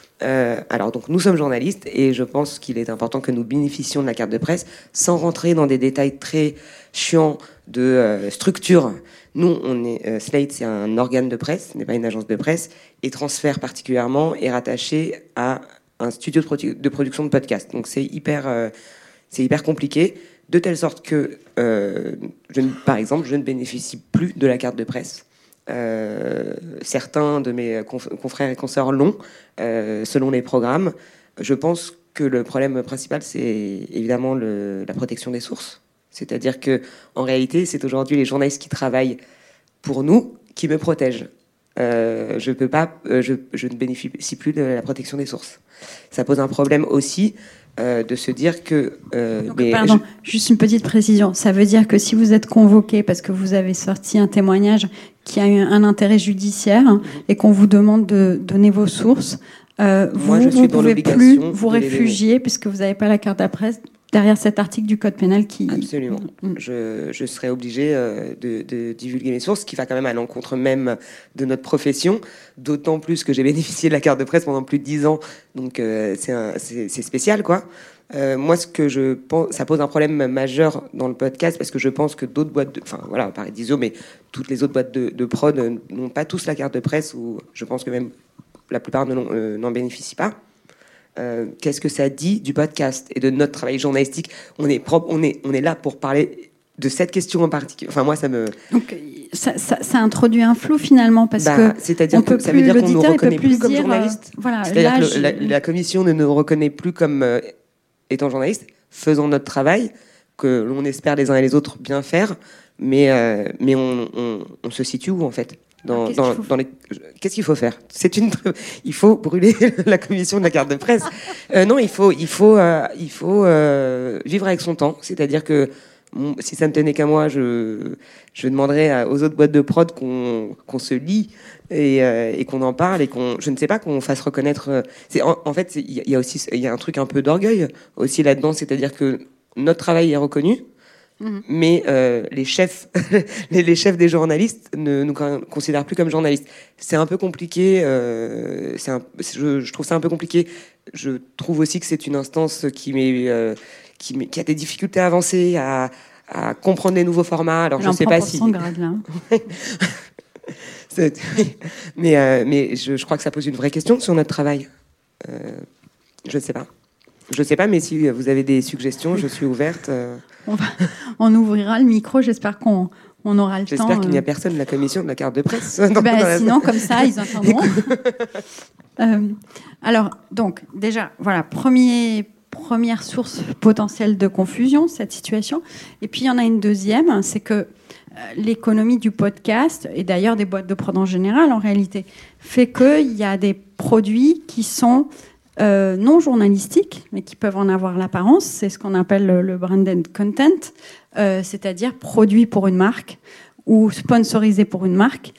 Alors donc nous sommes journalistes et je pense qu'il est important que nous bénéficions de la carte de presse sans rentrer dans des détails très chiants de structure. Nous, Slate, c'est un organe de presse, ce n'est pas une agence de presse, et Transfert particulièrement est rattaché à un studio de production de podcasts. Donc c'est hyper compliqué, de telle sorte que, par exemple, je ne bénéficie plus de la carte de presse. Certains de mes confrères et consoeurs l'ont, selon les programmes. Je pense que le problème principal, c'est évidemment la protection des sources. C'est-à-dire que, en réalité, c'est aujourd'hui les journalistes qui travaillent pour nous qui me protègent. Je ne bénéficie plus de la protection des sources. Ça pose un problème aussi de se dire que... juste une petite précision. Ça veut dire que si vous êtes convoqué parce que vous avez sorti un témoignage qui a eu un intérêt judiciaire et qu'on vous demande de donner vos sources, vous ne pouvez plus vous réfugier puisque vous n'avez pas la carte à presse derrière cet article du Code pénal qui... Absolument. Je serais obligé de divulguer mes sources, ce qui va quand même à l'encontre même de notre profession, d'autant plus que j'ai bénéficié de la carte de presse pendant plus de 10 ans, donc c'est spécial, quoi. Moi, ce que je pense, ça pose un problème majeur dans le podcast, parce que je pense que d'autres boîtes, Paradiso, mais toutes les autres boîtes de prod n'ont pas tous la carte de presse, ou je pense que même la plupart n'en bénéficient pas. Qu'est-ce que ça dit du podcast et de notre travail journalistique ? On est là pour parler de cette question en particulier. Enfin, moi, ça me... Donc, ça introduit un flou, finalement, parce que... C'est-à-dire que ça veut dire qu'on ne nous reconnaît plus comme journaliste. C'est-à-dire que la commission ne nous reconnaît plus comme étant journaliste, faisant notre travail, que l'on espère les uns et les autres bien faire, mais on se situe où, en fait ? Qu'est-ce qu'il faut faire ? Il faut brûler la commission de la carte de presse. Non, il faut vivre avec son temps. C'est-à-dire que si ça ne tenait qu'à moi, je demanderais aux autres boîtes de prod qu'on se lie et qu'on en parle et je ne sais pas, qu'on fasse reconnaître. En fait, il y a un truc un peu d'orgueil aussi là-dedans. C'est-à-dire que notre travail est reconnu. Mais les chefs des journalistes ne nous considèrent plus comme journalistes. C'est un peu compliqué. Je trouve ça un peu compliqué. Je trouve aussi que c'est une instance qui a des difficultés à avancer, à comprendre les nouveaux formats. Alors je sais pas si. Grade, là. mais je crois que ça pose une vraie question sur notre travail. Je ne sais pas, mais si vous avez des suggestions, je suis ouverte. On ouvrira le micro, j'espère qu'on aura le temps. J'espère qu'il n'y a personne de la commission de la carte de presse. Sinon, comme ça, ils entendront. Alors, donc, déjà, voilà, première source potentielle de confusion, cette situation. Et puis, il y en a une deuxième, c'est que l'économie du podcast, et d'ailleurs des boîtes de prod en général en réalité, fait qu'il y a des produits qui sont non journalistiques, mais qui peuvent en avoir l'apparence. C'est ce qu'on appelle le branded content, c'est-à-dire produit pour une marque ou sponsorisé pour une marque.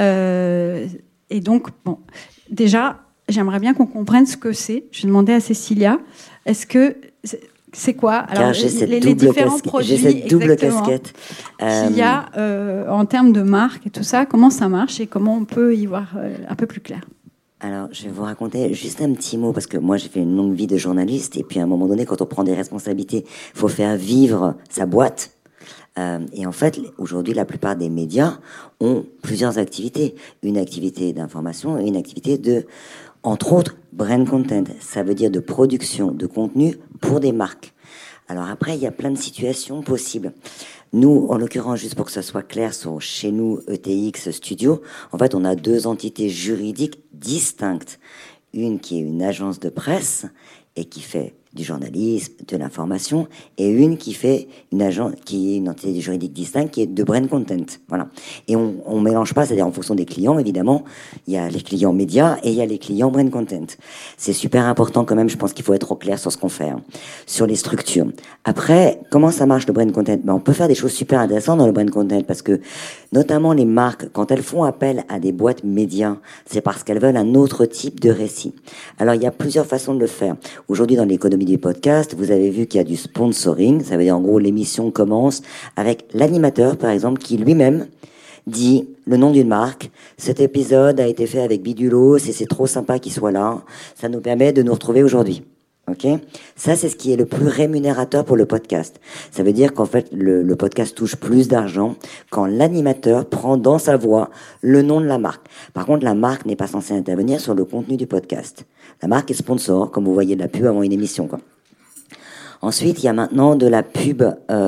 Et donc, bon, déjà, j'aimerais bien qu'on comprenne ce que c'est. Je vais demander à Cécilia, est-ce que c'est quoi alors les différents produits j'ai cette double casquette qu'il y a en termes de marque et tout ça, comment ça marche et comment on peut y voir un peu plus clair? Alors, je vais vous raconter juste un petit mot, parce que moi, j'ai fait une longue vie de journaliste, et puis à un moment donné, quand on prend des responsabilités, il faut faire vivre sa boîte. Et en fait, aujourd'hui, la plupart des médias ont plusieurs activités. Une activité d'information et une activité de, entre autres, brand content. Ça veut dire de production de contenu pour des marques. Alors après, il y a plein de situations possibles. Nous, en l'occurrence, juste pour que ça soit clair, chez nous, ETX Studio, en fait, on a 2 entités juridiques distinctes. Une qui est une agence de presse et qui fait du journalisme, de l'information, et une qui fait une entité juridique distincte qui est de brand content. Voilà. Et on mélange pas, c'est-à-dire en fonction des clients, évidemment, il y a les clients médias et il y a les clients brand content. C'est super important quand même, je pense qu'il faut être au clair sur ce qu'on fait, sur les structures. Après, comment ça marche le brand content? On peut faire des choses super intéressantes dans le brand content parce que, notamment les marques, quand elles font appel à des boîtes médias, c'est parce qu'elles veulent un autre type de récit. Alors, il y a plusieurs façons de le faire. Aujourd'hui, dans l'économie du podcast, vous avez vu qu'il y a du sponsoring. Ça veut dire, en gros, l'émission commence avec l'animateur, par exemple, qui lui-même dit le nom d'une marque. Cet épisode a été fait avec Bidulos et c'est trop sympa qu'il soit là. Ça nous permet de nous retrouver aujourd'hui. Ok, ça c'est ce qui est le plus rémunérateur pour le podcast. Ça veut dire qu'en fait le podcast touche plus d'argent quand l'animateur prend dans sa voix le nom de la marque. Par contre, la marque n'est pas censée intervenir sur le contenu du podcast. La marque est sponsor, comme vous voyez de la pub avant une émission, quoi. Ensuite, il y a maintenant de la pub,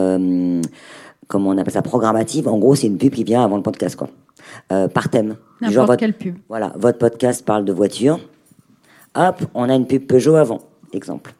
comment on appelle ça, programmative. En gros, c'est une pub qui vient avant le podcast, quoi. Par thème. N'importe quelle pub. Voilà, votre podcast parle de voiture. Hop, on a une pub Peugeot avant. Exemple.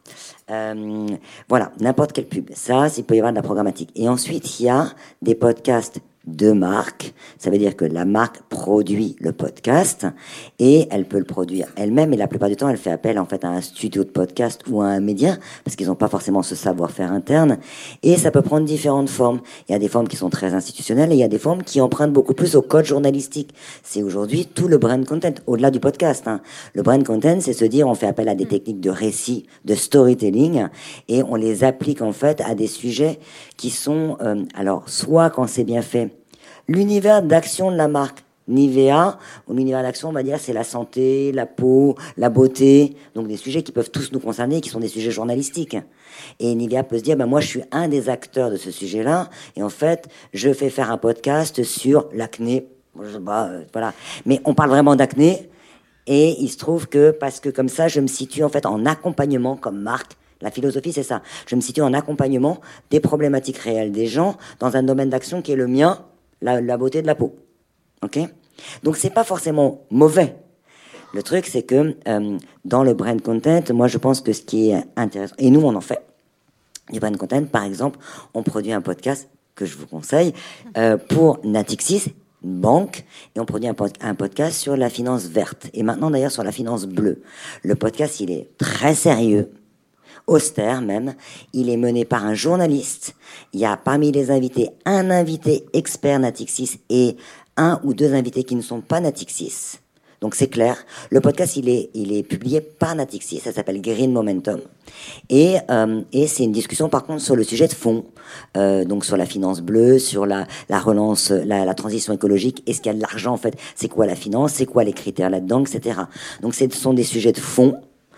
Voilà, n'importe quelle pub. Ça, il peut y avoir de la programmatique. Et ensuite, il y a des podcasts de marque. Ça veut dire que la marque produit le podcast et elle peut le produire elle-même. Et la plupart du temps, elle fait appel en fait à un studio de podcast ou à un média parce qu'ils n'ont pas forcément ce savoir-faire interne. Et ça peut prendre différentes formes. Il y a des formes qui sont très institutionnelles et il y a des formes qui empruntent beaucoup plus au code journalistique. C'est aujourd'hui tout le brand content, au-delà du podcast. Le brand content, c'est se dire on fait appel à des techniques de récit, de storytelling et on les applique en fait à des sujets qui sont, alors soit quand c'est bien fait, l'univers d'action de la marque. Nivea, ou l'univers d'action, on va dire, c'est la santé, la peau, la beauté, donc des sujets qui peuvent tous nous concerner, qui sont des sujets journalistiques. Et Nivea peut se dire, moi je suis un des acteurs de ce sujet-là, et en fait, je fais faire un podcast sur l'acné, voilà. Mais on parle vraiment d'acné, et il se trouve que, parce que comme ça, je me situe en fait en accompagnement comme marque. La philosophie, c'est ça. Je me situe en accompagnement des problématiques réelles des gens dans un domaine d'action qui est le mien, la beauté de la peau. Ok ? Donc, c'est pas forcément mauvais. Le truc, c'est que dans le brand content, moi, je pense que ce qui est intéressant, et nous, on en fait, du brand content, par exemple, on produit un podcast que je vous conseille pour Natixis, une banque, et on produit un podcast sur la finance verte, et maintenant, d'ailleurs, sur la finance bleue. Le podcast, il est très sérieux, austère même. Il est mené par un journaliste. Il y a parmi les invités un invité expert Natixis et 1 ou 2 invités qui ne sont pas Natixis. Donc c'est clair. Le podcast il est publié par Natixis. Ça s'appelle Green Momentum. Et c'est une discussion par contre sur le sujet de fond. Donc sur la finance bleue, sur la relance, la transition écologique. Est-ce qu'il y a de l'argent en fait? C'est quoi la finance? C'est quoi les critères là-dedans, etc. Donc ce sont des sujets de fond.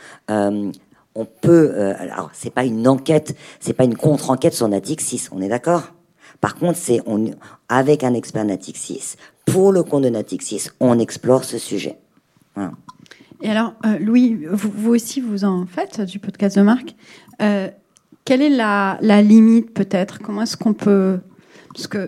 On peut, alors c'est pas une enquête, c'est pas une contre-enquête sur Natixis, on est d'accord? Par contre, avec un expert Natixis, pour le compte de Natixis, on explore ce sujet. Voilà. Et alors, Louis, vous aussi, vous en faites du podcast de marque. Quelle est la limite peut-être? Comment est-ce qu'on peut... Parce que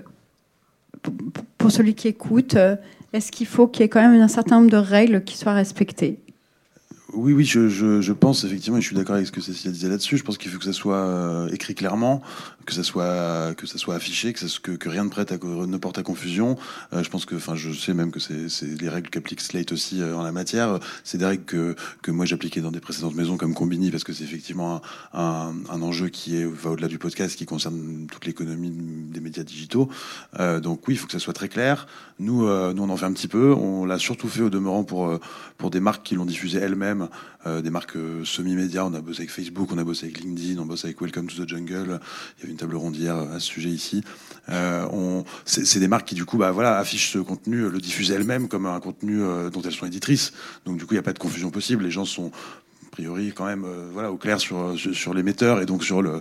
pour celui qui écoute, est-ce qu'il faut qu'il y ait quand même un certain nombre de règles qui soient respectées? Oui, je pense effectivement, et je suis d'accord avec ce que Cécile disait là-dessus. Je pense qu'il faut que ça soit écrit clairement, que ça soit affiché, que rien ne porte à confusion. Je pense que, je sais même que c'est les règles qu'applique Slate aussi en la matière. C'est des règles que moi j'appliquais dans des précédentes maisons comme Combini, parce que c'est effectivement un enjeu qui va au-delà du podcast, qui concerne toute l'économie des médias digitaux. Donc oui, il faut que ça soit très clair. Nous, on en fait un petit peu. On l'a surtout fait au demeurant pour des marques qui l'ont diffusé elles-mêmes. Des marques semi-médias, on a bossé avec Facebook, on a bossé avec LinkedIn, on bosse avec Welcome to the Jungle, il y avait une table ronde hier à ce sujet ici. C'est des marques qui du coup affichent ce contenu, le diffusent elles-mêmes comme un contenu dont elles sont éditrices, donc du coup il n'y a pas de confusion possible, les gens sont a priori quand même au clair sur l'émetteur et donc sur le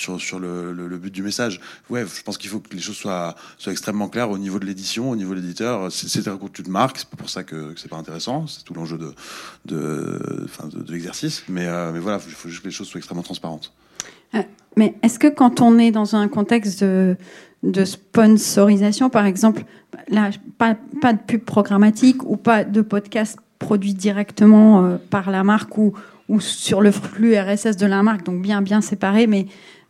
but du message. Ouais, je pense qu'il faut que les choses soient extrêmement claires au niveau de l'édition, au niveau de l'éditeur. C'est un contenu de marque, c'est pas pour ça que c'est pas intéressant, c'est tout l'enjeu de l'exercice, mais voilà, il faut juste que les choses soient extrêmement transparentes. Mais est-ce que quand on est dans un contexte de sponsorisation, par exemple, là, pas de pub programmatique ou pas de podcast produit directement par la marque ou sur le flux RSS de la marque, donc bien séparé, mais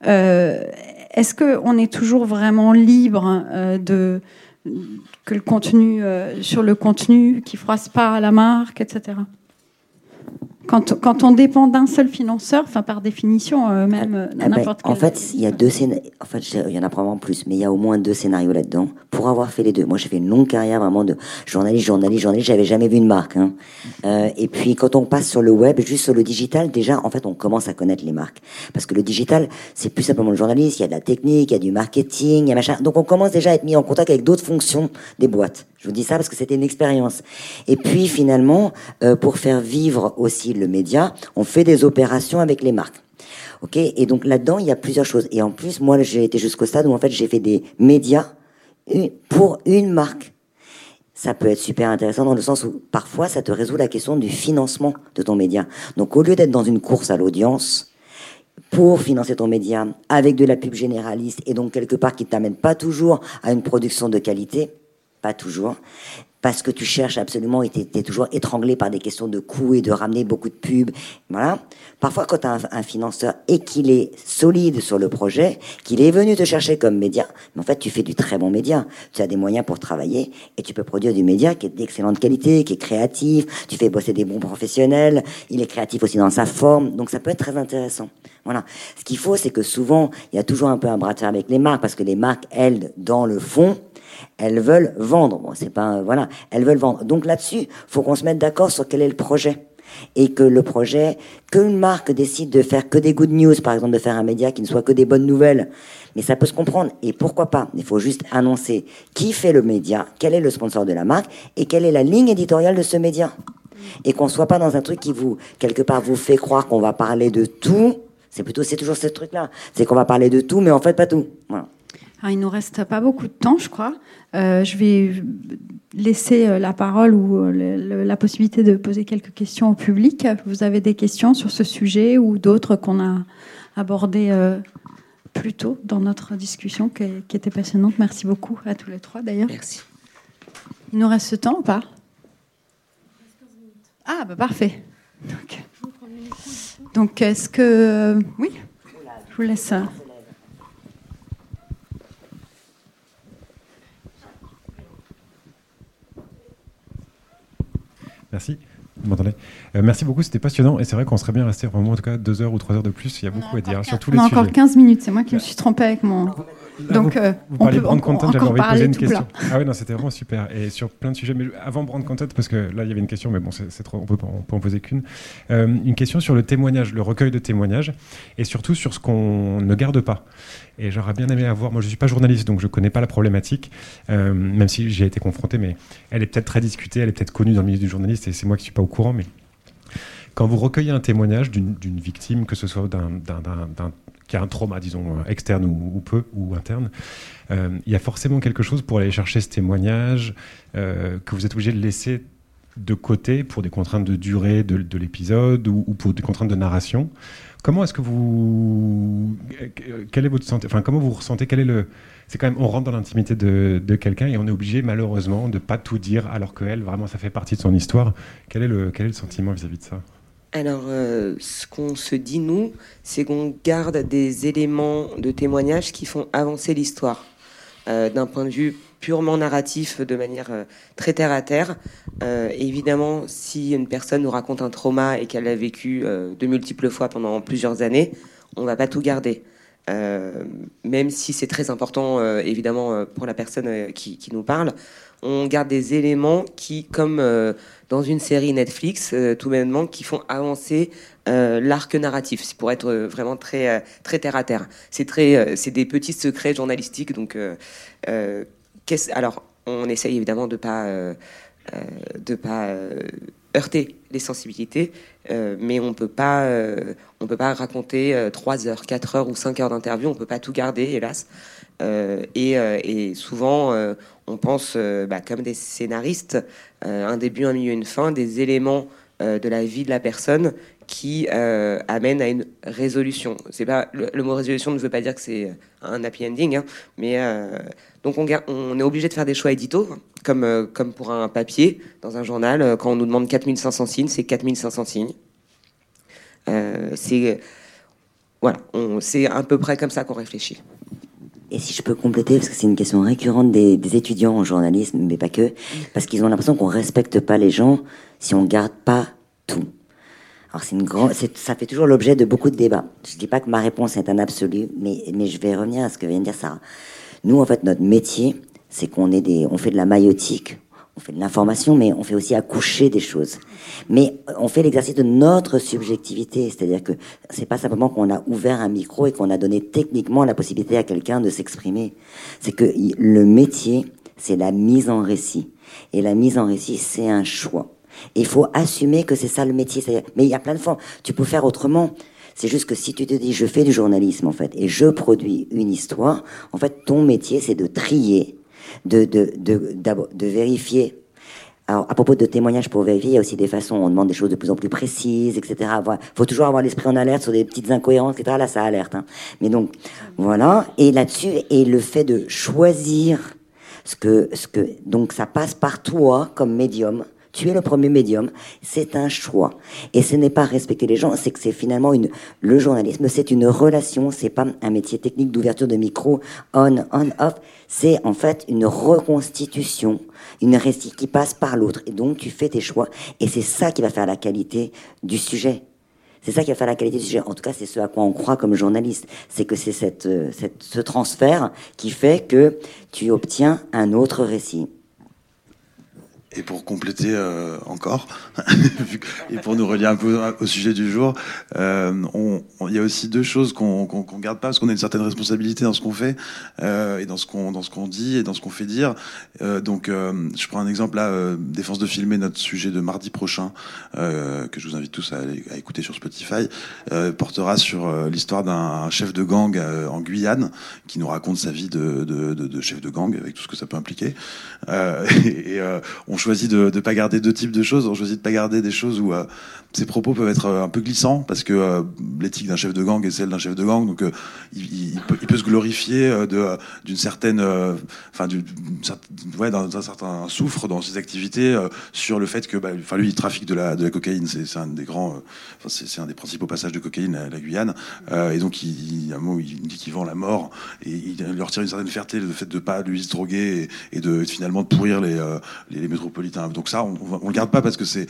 est-ce qu'on est toujours vraiment libre que le contenu, sur le contenu, qui froisse pas la marque, etc. Quand on dépend d'un seul financeur, par définition, n'importe quel... En fait, il y a deux scénarios. En fait, il y en a probablement plus, mais il y a au moins 2 scénarios là-dedans. Pour avoir fait les deux, moi j'ai fait une longue carrière vraiment de journaliste. J'avais jamais vu une marque. Et puis quand on passe sur le web, juste sur le digital, déjà, en fait, on commence à connaître les marques. Parce que le digital, c'est plus simplement le journaliste. Il y a de la technique, il y a du marketing, il y a machin. Donc on commence déjà à être mis en contact avec d'autres fonctions des boîtes. Je vous dis ça parce que c'était une expérience. Et puis finalement, pour faire vivre aussi le média, on fait des opérations avec les marques. Ok, et donc là-dedans, il y a plusieurs choses. Et en plus, moi, j'ai été jusqu'au stade où en fait, j'ai fait des médias pour une marque. Ça peut être super intéressant dans le sens où parfois, ça te résout la question du financement de ton média. Donc, au lieu d'être dans une course à l'audience pour financer ton média avec de la pub généraliste et donc quelque part qui t'amène pas toujours à une production de qualité, pas toujours, parce que tu cherches absolument et t'es toujours étranglé par des questions de coûts et de ramener beaucoup de pubs. Voilà. Parfois, quand tu as un financeur et qu'il est solide sur le projet, qu'il est venu te chercher comme média, mais en fait, tu fais du très bon média. Tu as des moyens pour travailler et tu peux produire du média qui est d'excellente qualité, qui est créatif. Tu fais bosser des bons professionnels. Il est créatif aussi dans sa forme. Donc, ça peut être très intéressant. Voilà. Ce qu'il faut, c'est que souvent, il y a toujours un peu un bras de fer avec les marques parce que les marques, elles, dans le fond, elles veulent vendre. Bon, c'est pas, voilà. Elles veulent vendre. Donc là-dessus, faut qu'on se mette d'accord sur quel est le projet. Et que le projet, qu'une marque décide de faire que des good news, par exemple, de faire un média qui ne soit que des bonnes nouvelles. Mais ça peut se comprendre. Et pourquoi pas? Il faut juste annoncer qui fait le média, quel est le sponsor de la marque et quelle est la ligne éditoriale de ce média. Et qu'on soit pas dans un truc qui vous, quelque part, vous fait croire qu'on va parler de tout. C'est toujours ce truc-là. C'est qu'on va parler de tout, mais en fait, pas tout. Voilà. Alors, il nous reste pas beaucoup de temps, je crois. Je vais laisser la parole ou la possibilité de poser quelques questions au public. Vous avez des questions sur ce sujet ou d'autres qu'on a abordées plus tôt dans notre discussion qui était passionnante. Merci beaucoup à tous les trois, d'ailleurs. Merci. Il nous reste ce temps ou pas? Ah, parfait. Donc est-ce que... oui, je vous laisse... Merci. Vous m'entendez? Merci beaucoup, c'était passionnant et c'est vrai qu'on serait bien resté vraiment en tout cas 2 heures ou 3 heures de plus. Il y a beaucoup à dire sur tous les sujets. On a encore 15 minutes, c'est moi qui me suis trompée avec mon... Donc, vous parliez de Brand Content, j'avais envie de poser une question. Là. Ah oui, non, c'était vraiment super. Et sur plein de sujets, mais avant Brand Content, parce que là, il y avait une question, mais bon, c'est trop, on peut en poser qu'une. Une question sur le témoignage, le recueil de témoignages, et surtout sur ce qu'on ne garde pas. Et j'aurais bien aimé avoir, moi je ne suis pas journaliste, donc je ne connais pas la problématique, même si j'ai été confronté, mais elle est peut-être très discutée, elle est peut-être connue dans le milieu du journaliste, et c'est moi qui ne suis pas au courant, mais quand vous recueillez un témoignage d'une victime, que ce soit qui a un trauma, disons, externe ou interne, il y a forcément quelque chose pour aller chercher ce témoignage que vous êtes obligé de laisser de côté pour des contraintes de durée de l'épisode ou pour des contraintes de narration. Comment est-ce que quel est votre santé, enfin comment vous ressentez, c'est quand même, on rentre dans l'intimité de quelqu'un et on est obligé malheureusement de pas tout dire alors que elle, vraiment, ça fait partie de son histoire. Quel est le sentiment vis-à-vis de ça? Alors, ce qu'on se dit, nous, c'est qu'on garde des éléments de témoignage qui font avancer l'histoire. D'un point de vue purement narratif, de manière très terre-à-terre. Évidemment, si une personne nous raconte un trauma et qu'elle l'a vécu de multiples fois pendant plusieurs années, on ne va pas tout garder. Même si c'est très important, évidemment, pour la personne qui nous parle, on garde des éléments qui, comme dans une série Netflix, tout bonnement, qui font avancer l'arc narratif. C'est pour être vraiment très, très terre à terre. C'est des petits secrets journalistiques. Donc, alors, on essaye évidemment de pas heurter les sensibilités, mais on peut pas raconter 3 heures, 4 heures ou 5 heures d'interview. On peut pas tout garder, hélas. Et souvent, on pense, comme des scénaristes, un début, un milieu, une fin, des éléments de la vie de la personne qui amènent à une résolution. C'est pas le mot résolution ne veut pas dire que c'est un happy ending, hein, mais donc on est obligé de faire des choix édito, comme pour un papier dans un journal. Quand on nous demande 4500 signes, c'est 4500 signes. C'est à peu près comme ça qu'on réfléchit. Et si je peux compléter, parce que c'est une question récurrente des étudiants en journalisme, mais pas que, parce qu'ils ont l'impression qu'on respecte pas les gens si on garde pas tout. Alors ça fait toujours l'objet de beaucoup de débats. Je dis pas que ma réponse est un absolu, mais je vais revenir à ce que vient de dire Sarah. Nous, en fait, notre métier, c'est on fait de la maïotique, on fait de l'information, mais on fait aussi accoucher des choses. Mais on fait l'exercice de notre subjectivité, c'est-à-dire que c'est pas simplement qu'on a ouvert un micro et qu'on a donné techniquement la possibilité à quelqu'un de s'exprimer. C'est que le métier, c'est la mise en récit. Et la mise en récit, c'est un choix. Et il faut assumer que c'est ça le métier. Mais il y a plein de formes. Tu peux faire autrement. C'est juste que si tu te dis, je fais du journalisme, en fait, et je produis une histoire, en fait, ton métier, c'est de trier, de vérifier. Alors, à propos de témoignages pour vérifier, il y a aussi des façons, on demande des choses de plus en plus précises, etc. Faut toujours avoir l'esprit en alerte sur des petites incohérences, etc. Là, ça alerte, hein. Mais donc, voilà. Et là-dessus, et le fait de choisir donc ça passe par toi, comme médium. Tu es le premier médium, c'est un choix. Et ce n'est pas respecter les gens, c'est que c'est finalement le journalisme, c'est une relation, c'est pas un métier technique d'ouverture de micro, on, off, c'est en fait une reconstitution, une récit qui passe par l'autre. Et donc tu fais tes choix, et c'est ça qui va faire la qualité du sujet. C'est ça qui va faire la qualité du sujet. En tout cas, c'est ce à quoi on croit comme journaliste. C'est que c'est ce transfert qui fait que tu obtiens un autre récit. Et pour compléter encore, et pour nous relier un peu au sujet du jour, il y a aussi deux choses qu'on garde pas, parce qu'on a une certaine responsabilité dans ce qu'on fait, et dans ce qu'on dit et dans ce qu'on fait dire. Donc, je prends un exemple là, Défense de filmer, notre sujet de mardi prochain, que je vous invite tous à écouter sur Spotify, portera sur l'histoire d'un chef de gang en Guyane, qui nous raconte sa vie de chef de gang, avec tout ce que ça peut impliquer. On choisit de pas garder deux types de choses. On choisit de pas garder des choses où ces propos peuvent être un peu glissants, parce que l'éthique d'un chef de gang est celle d'un chef de gang, donc il peut se glorifier d'une certaine, d'un certain souffre dans ses activités, sur le fait que, lui, il trafique de la cocaïne. C'est un des grands, c'est un des principaux passages de cocaïne à la Guyane, et donc à un moment il dit qu'il vend la mort, et il leur tire une certaine fierté le fait de pas lui se droguer et de finalement de pourrir les métropolitains. Donc ça, on le garde pas, parce que c'est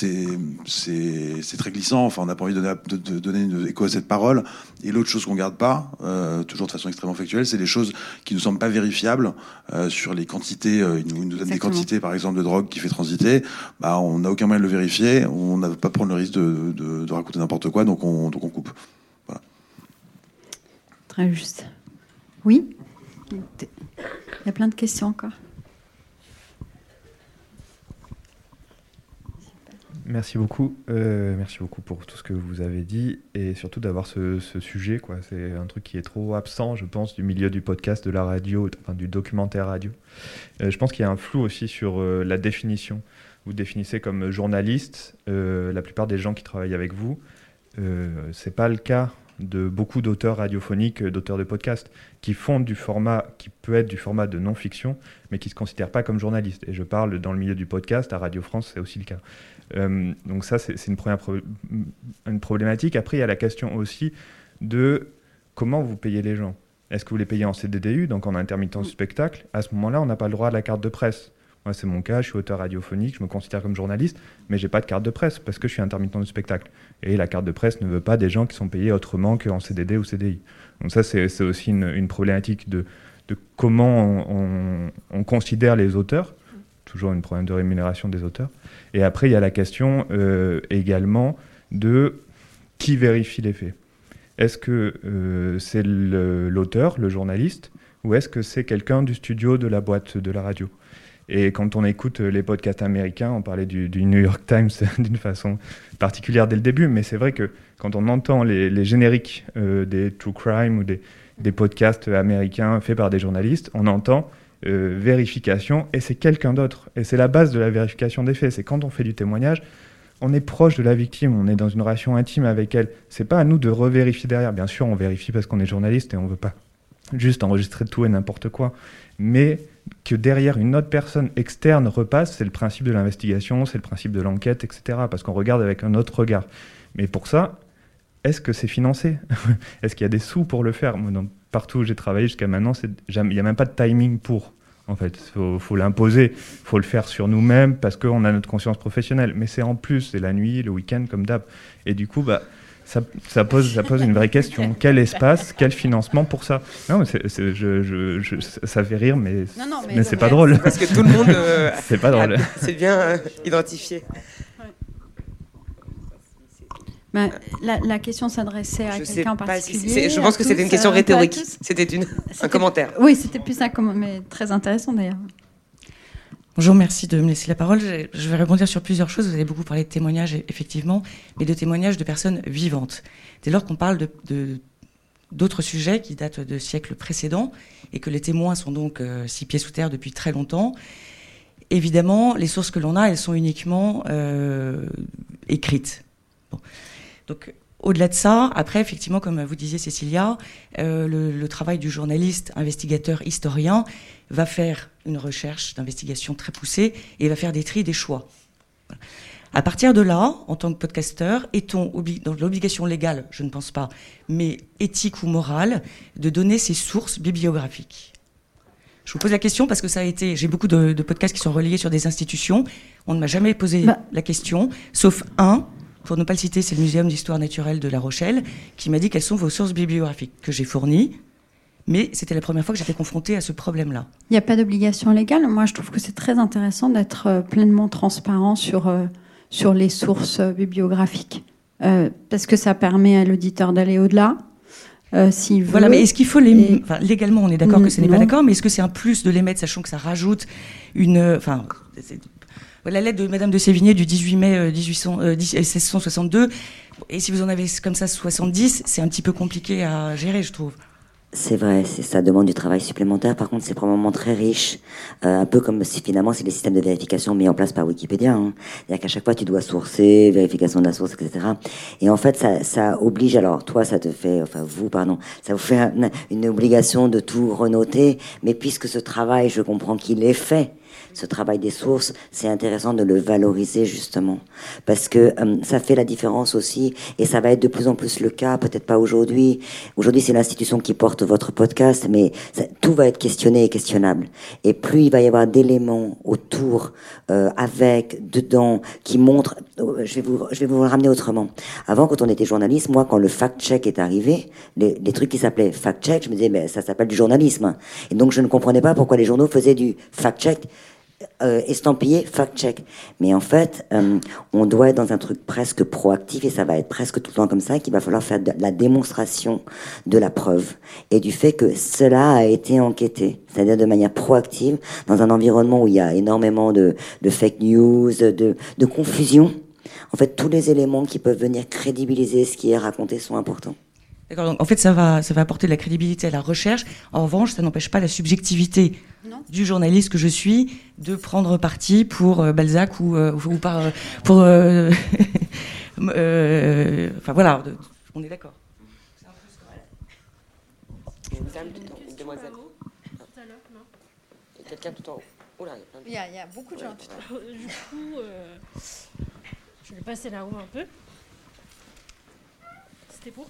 très glissant. Enfin, on n'a pas envie de donner une écho à cette parole. Et l'autre chose qu'on garde pas, toujours de façon extrêmement factuelle, c'est les choses qui nous semblent pas vérifiables, sur les quantités. Il nous donne des quantités, par exemple, de drogue qui fait transiter. On n'a aucun moyen de le vérifier. On n'a pas prendre le risque de raconter n'importe quoi, donc on coupe. Voilà. Très juste. Oui. Il y a plein de questions encore. Merci beaucoup pour tout ce que vous avez dit, et surtout d'avoir ce sujet, quoi. C'est un truc qui est trop absent, je pense, du milieu du podcast, de la radio, enfin du documentaire radio. Je pense qu'il y a un flou aussi sur la définition. Vous définissez comme journaliste la plupart des gens qui travaillent avec vous. C'est pas le cas de beaucoup d'auteurs radiophoniques, d'auteurs de podcasts, qui font du format qui peut être du format de non-fiction, mais qui ne se considèrent pas comme journalistes. Et je parle dans le milieu du podcast, à Radio France, c'est aussi le cas. Donc ça, c'est une première une problématique. Après, il y a la question aussi de comment vous payez les gens. Est-ce que vous les payez en CDDU, donc en intermittent du spectacle ? À ce moment-là, on n'a pas le droit à la carte de presse. Moi, c'est mon cas, je suis auteur radiophonique, je me considère comme journaliste, mais j'ai pas de carte de presse parce que je suis intermittent du spectacle. Et la carte de presse ne veut pas des gens qui sont payés autrement qu'en CDD ou CDI. Donc ça, c'est aussi une problématique de comment on considère les auteurs, toujours un problème de rémunération des auteurs. Et après, il y a la question également de qui vérifie les faits. Est-ce que c'est l'auteur, le journaliste, ou est-ce que c'est quelqu'un du studio de la boîte de la radio ? Et quand on écoute les podcasts américains, on parlait du New York Times d'une façon particulière dès le début, mais c'est vrai que quand on entend les génériques des true crime ou des podcasts américains faits par des journalistes, on entend vérification, et c'est quelqu'un d'autre. Et c'est la base de la vérification des faits. C'est quand on fait du témoignage, on est proche de la victime, on est dans une relation intime avec elle. C'est pas à nous de revérifier derrière. Bien sûr, on vérifie parce qu'on est journaliste et on veut pas juste enregistrer tout et n'importe quoi. Mais que derrière une autre personne externe repasse, c'est le principe de l'investigation, c'est le principe de l'enquête, etc. Parce qu'on regarde avec un autre regard. Mais pour ça, est-ce que c'est financé ? Est-ce qu'il y a des sous pour le faire ? Moi, partout où j'ai travaillé jusqu'à maintenant, il n'y a même pas de timing pour. En fait, faut l'imposer, faut le faire sur nous-mêmes parce qu'on a notre conscience professionnelle. Mais c'est en plus, c'est la nuit, le week-end, comme d'hab. Et du coup, ça pose une vraie question. Quel espace, quel financement pour ça ? Non, mais ça fait rire, mais c'est pas drôle. Parce que tout le monde c'est pas drôle. C'est bien identifié. La question s'adressait à quelqu'un en particulier. Je pense que c'était une question rhétorique. C'était un commentaire. Oui, c'était plus un commentaire, mais très intéressant d'ailleurs. Bonjour, merci de me laisser la parole. Je vais rebondir sur plusieurs choses. Vous avez beaucoup parlé de témoignages, effectivement, mais de témoignages de personnes vivantes. Dès lors qu'on parle d'autres sujets qui datent de siècles précédents et que les témoins sont donc 6 pieds sous terre depuis très longtemps, évidemment, les sources que l'on a, elles sont uniquement écrites. Bon. Donc, au-delà de ça, après, effectivement, comme vous disiez, Cécilia, le travail du journaliste, investigateur, historien, va faire une recherche d'investigation très poussée et va faire des tris, des choix. Voilà. À partir de là, en tant que podcasteur, est-on dans l'obligation légale, je ne pense pas, mais éthique ou morale, de donner ses sources bibliographiques ? Je vous pose la question parce que j'ai beaucoup de podcasts qui sont reliés sur des institutions. On ne m'a jamais posé la question, sauf un. Pour ne pas le citer, c'est le Muséum d'histoire naturelle de La Rochelle, qui m'a dit quelles sont vos sources bibliographiques, que j'ai fournies, mais c'était la première fois que j'étais confrontée à ce problème-là. Il n'y a pas d'obligation légale. Moi, je trouve que c'est très intéressant d'être pleinement transparent sur les sources bibliographiques, parce que ça permet à l'auditeur d'aller au-delà. S'il veut. Voilà, mais est-ce qu'il faut légalement, on est d'accord que ce n'est pas d'accord, mais est-ce que c'est un plus de les mettre, sachant que ça rajoute la lettre de Madame de Sévigné du 18 mai 1662, et si vous en avez comme ça 70, c'est un petit peu compliqué à gérer, je trouve. C'est vrai, ça demande du travail supplémentaire. Par contre, c'est probablement très riche, un peu comme si finalement c'est les systèmes de vérification mis en place par Wikipédia. C'est-à-dire qu'à chaque fois, tu dois sourcer, vérification de la source, etc. Et en fait, ça oblige. Alors, toi, ça vous fait une obligation de tout renoter. Mais puisque ce travail, je comprends qu'il est fait. Ce travail des sources, c'est intéressant de le valoriser justement, parce que ça fait la différence aussi, et ça va être de plus en plus le cas, peut-être pas aujourd'hui. Aujourd'hui, c'est l'institution qui porte votre podcast, mais tout va être questionné et questionnable. Et plus il va y avoir d'éléments autour, dedans, qui montrent. Je vais vous le ramener autrement. Avant, quand on était journaliste, moi, quand le fact-check est arrivé, les trucs qui s'appelaient fact-check, je me disais, mais ça s'appelle du journalisme. Et donc, je ne comprenais pas pourquoi les journaux faisaient du fact-check. Estampillé fact-check. Mais en fait, on doit être dans un truc presque proactif, et ça va être presque tout le temps comme ça, qu'il va falloir faire la démonstration de la preuve et du fait que cela a été enquêté, c'est-à-dire de manière proactive, dans un environnement où il y a énormément de fake news, de confusion. En fait, tous les éléments qui peuvent venir crédibiliser ce qui est raconté sont importants. D'accord, donc en fait ça va apporter de la crédibilité à la recherche. En revanche, ça n'empêche pas la subjectivité du journaliste que je suis de prendre parti pour Balzac ou pour enfin voilà, on est d'accord. C'est Une dame tout en haut, une demoiselle. Tout à l'heure, non. Il y a quelqu'un tout en haut. Oula, il y a beaucoup de gens tout en haut. Du coup, je vais passer là-haut un peu. C'était pour.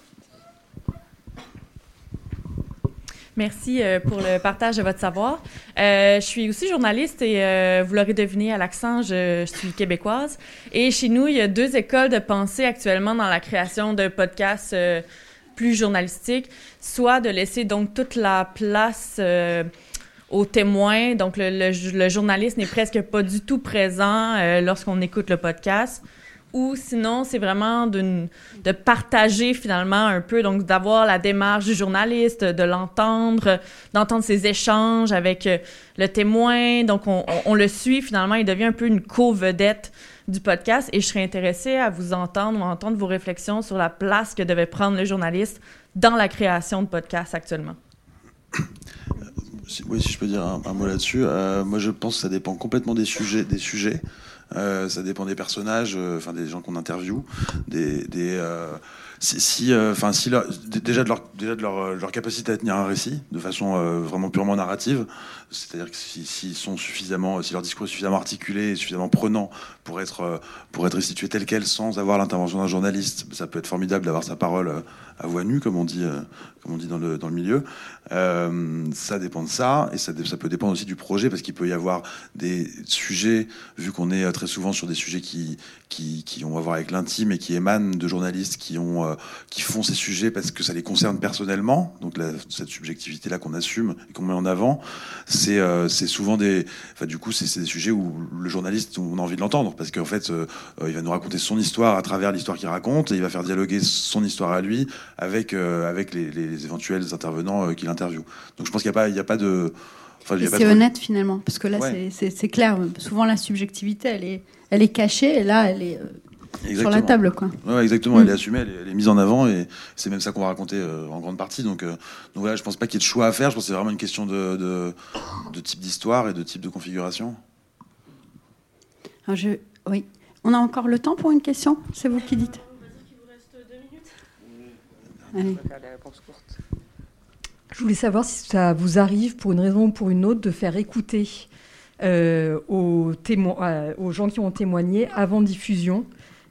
Merci pour le partage de votre savoir. Je suis aussi journaliste et vous l'aurez deviné à l'accent, je suis québécoise. Et chez nous, il y a 2 écoles de pensée actuellement dans la création de podcasts plus journalistiques, soit de laisser donc toute la place aux témoins. Donc, le journaliste n'est presque pas du tout présent lorsqu'on écoute le podcast. Ou sinon, c'est vraiment de partager finalement un peu, donc d'avoir la démarche du journaliste, de l'entendre, d'entendre ses échanges avec le témoin. Donc, on le suit finalement, il devient un peu une co-vedette du podcast. Et je serais intéressée à vous entendre ou à entendre vos réflexions sur la place que devait prendre le journaliste dans la création de podcasts actuellement. Si je peux dire un mot là-dessus. Moi, je pense que ça dépend complètement des sujets. Ça dépend des personnages, des gens qu'on interviewe, déjà de leur capacité à tenir un récit de façon vraiment purement narrative. C'est-à-dire que si leur discours est suffisamment articulé et suffisamment prenant pour être restitué tel quel sans avoir l'intervention d'un journaliste, ça peut être formidable d'avoir sa parole à voix nue, comme on dit dans le milieu. Ça dépend de ça, et ça peut dépendre aussi du projet, parce qu'il peut y avoir des sujets, vu qu'on est très souvent sur des sujets qui ont à voir avec l'intime et qui émanent de journalistes qui font ces sujets parce que ça les concerne personnellement. Donc cette subjectivité-là qu'on assume et qu'on met en avant, c'est souvent c'est des sujets où le journaliste, on a envie de l'entendre, parce qu'en fait, il va nous raconter son histoire à travers l'histoire qu'il raconte, et il va faire dialoguer son histoire à lui avec les éventuels intervenants qu'il interviewe. Donc je pense qu'il n'y a pas de... c'est honnête finalement, parce que là c'est clair. Souvent la subjectivité elle est cachée, et là elle est sur la table, quoi. Ouais, exactement. Elle est assumée, elle est mise en avant, et c'est même ça qu'on va raconter en grande partie. Donc voilà, je pense pas qu'il y ait de choix à faire. Je pense que c'est vraiment une question de type d'histoire et de type de configuration. Alors oui, on a encore le temps pour une question. C'est vous qui dites. On va dire qu'il vous reste 2 minutes. Allez. On va faire des réponses courtes. Je voulais savoir si ça vous arrive, pour une raison ou pour une autre, de faire écouter aux gens qui ont témoigné avant diffusion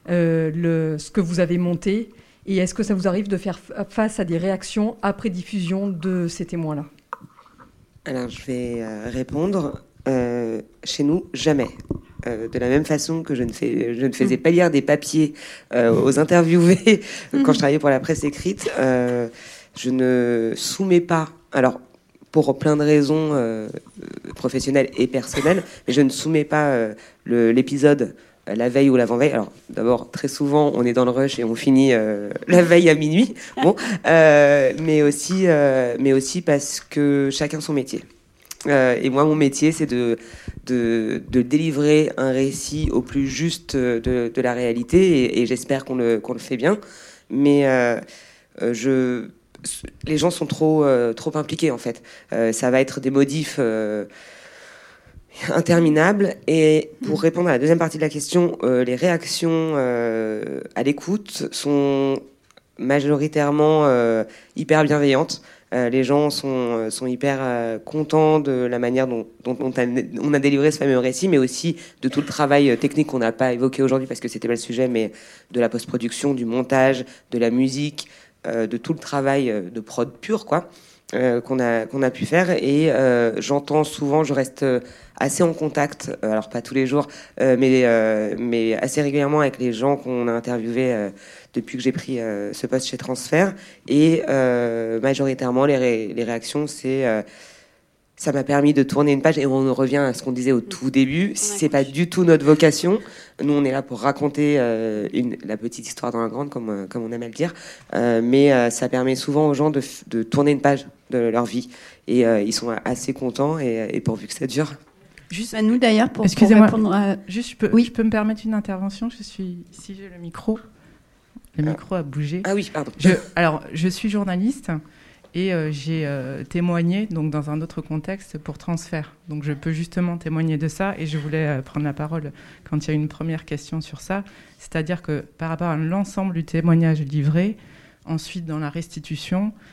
ce que vous avez monté, et est-ce que ça vous arrive de faire face à des réactions après diffusion de ces témoins-là? Alors, je vais répondre. Chez nous, jamais. De la même façon que je ne faisais pas lire des papiers aux interviewés quand je travaillais pour la presse écrite, je ne soumets pas, alors pour plein de raisons professionnelles et personnelles, mais je ne soumets pas l'épisode la veille ou l'avant-veille. Alors d'abord, très souvent, on est dans le rush et on finit la veille à minuit, mais aussi parce que chacun son métier. Et moi, mon métier, c'est de délivrer un récit au plus juste de la réalité, et j'espère qu'on le fait bien. Mais les gens sont trop impliqués, en fait. Ça va être des modifs interminables. Et pour répondre à la deuxième partie de la question, les réactions à l'écoute sont majoritairement hyper bienveillantes. Les gens sont hyper contents de la manière dont on a délivré ce fameux récit, mais aussi de tout le travail technique qu'on n'a pas évoqué aujourd'hui parce que c'était pas le sujet, mais de la post-production, du montage, de la musique, de tout le travail de prod pur, quoi, qu'on a pu faire. Et j'entends souvent, je reste assez en contact, alors pas tous les jours, mais assez régulièrement avec les gens qu'on a interviewés depuis que j'ai pris ce poste chez Transfert. Et majoritairement, les réactions, c'est ça m'a permis de tourner une page. Et on revient à ce qu'on disait au tout début. C'est pas du tout notre vocation. Nous, on est là pour raconter la petite histoire dans la grande, comme on aime à le dire. Mais ça permet souvent aux gens de tourner une page de leur vie. Et ils sont assez contents, et pourvu que ça dure. Juste à nous d'ailleurs pour répondre à... Juste, je peux me permettre une intervention. Si j'ai le micro. Le micro a bougé. Ah oui, pardon. Je suis journaliste et j'ai témoigné donc, dans un autre contexte pour Transfert. Donc je peux justement témoigner de ça, et je voulais prendre la parole quand il y a une première question sur ça. C'est-à-dire que par rapport à l'ensemble du témoignage livré, ensuite dans la restitution,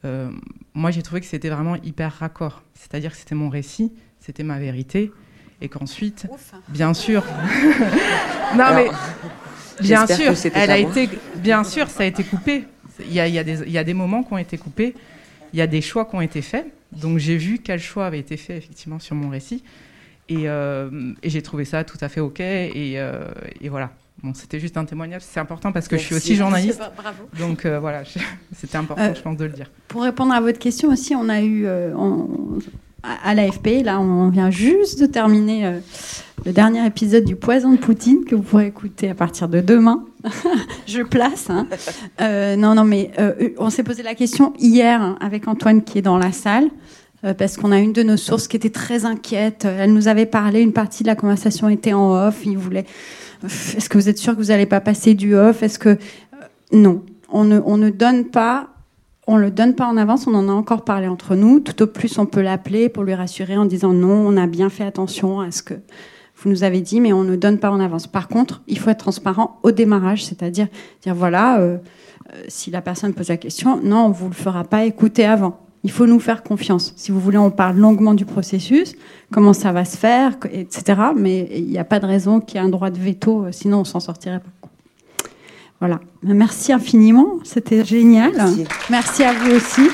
moi j'ai trouvé que c'était vraiment hyper raccord. C'est-à-dire que c'était mon récit, c'était ma vérité, et qu'ensuite, bien sûr... non mais... Bien sûr, bien sûr, ça a été coupé. Il y a des moments qui ont été coupés, il y a des choix qui ont été faits. Donc j'ai vu quel choix avait été fait effectivement sur mon récit, et j'ai trouvé ça tout à fait ok. Et voilà. Bon, c'était juste un témoignage. C'est important parce que je suis aussi journaliste. Bravo. Donc voilà, c'était important, je pense, de le dire. Pour répondre à votre question aussi, on a eu à l'AFP, là, on vient juste de terminer le dernier épisode du Poison de Poutine que vous pourrez écouter à partir de demain. Je place. Hein. Non, mais on s'est posé la question hier avec Antoine qui est dans la salle. Parce qu'on a une de nos sources qui était très inquiète. Elle nous avait parlé, une partie de la conversation était en off. Il voulait... Est-ce que vous êtes sûr que vous n'allez pas passer du off ? Est-ce que... Non, on ne donne pas... On le donne pas en avance, on en a encore parlé entre nous. Tout au plus, on peut l'appeler pour lui rassurer en disant non, on a bien fait attention à ce que vous nous avez dit, mais on ne donne pas en avance. Par contre, il faut être transparent au démarrage, c'est-à-dire dire voilà, si la personne pose la question, non, on vous le fera pas écouter avant. Il faut nous faire confiance. Si vous voulez, on parle longuement du processus, comment ça va se faire, etc. Mais il n'y a pas de raison qu'il y ait un droit de veto, sinon on s'en sortirait pas. Voilà. Merci infiniment. C'était génial. Merci à vous aussi.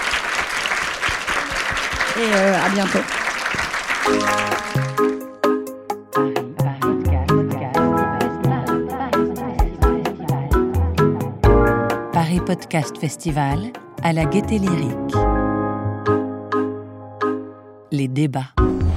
Et à bientôt. Paris Podcast Festival à la Gaîté Lyrique. Les débats.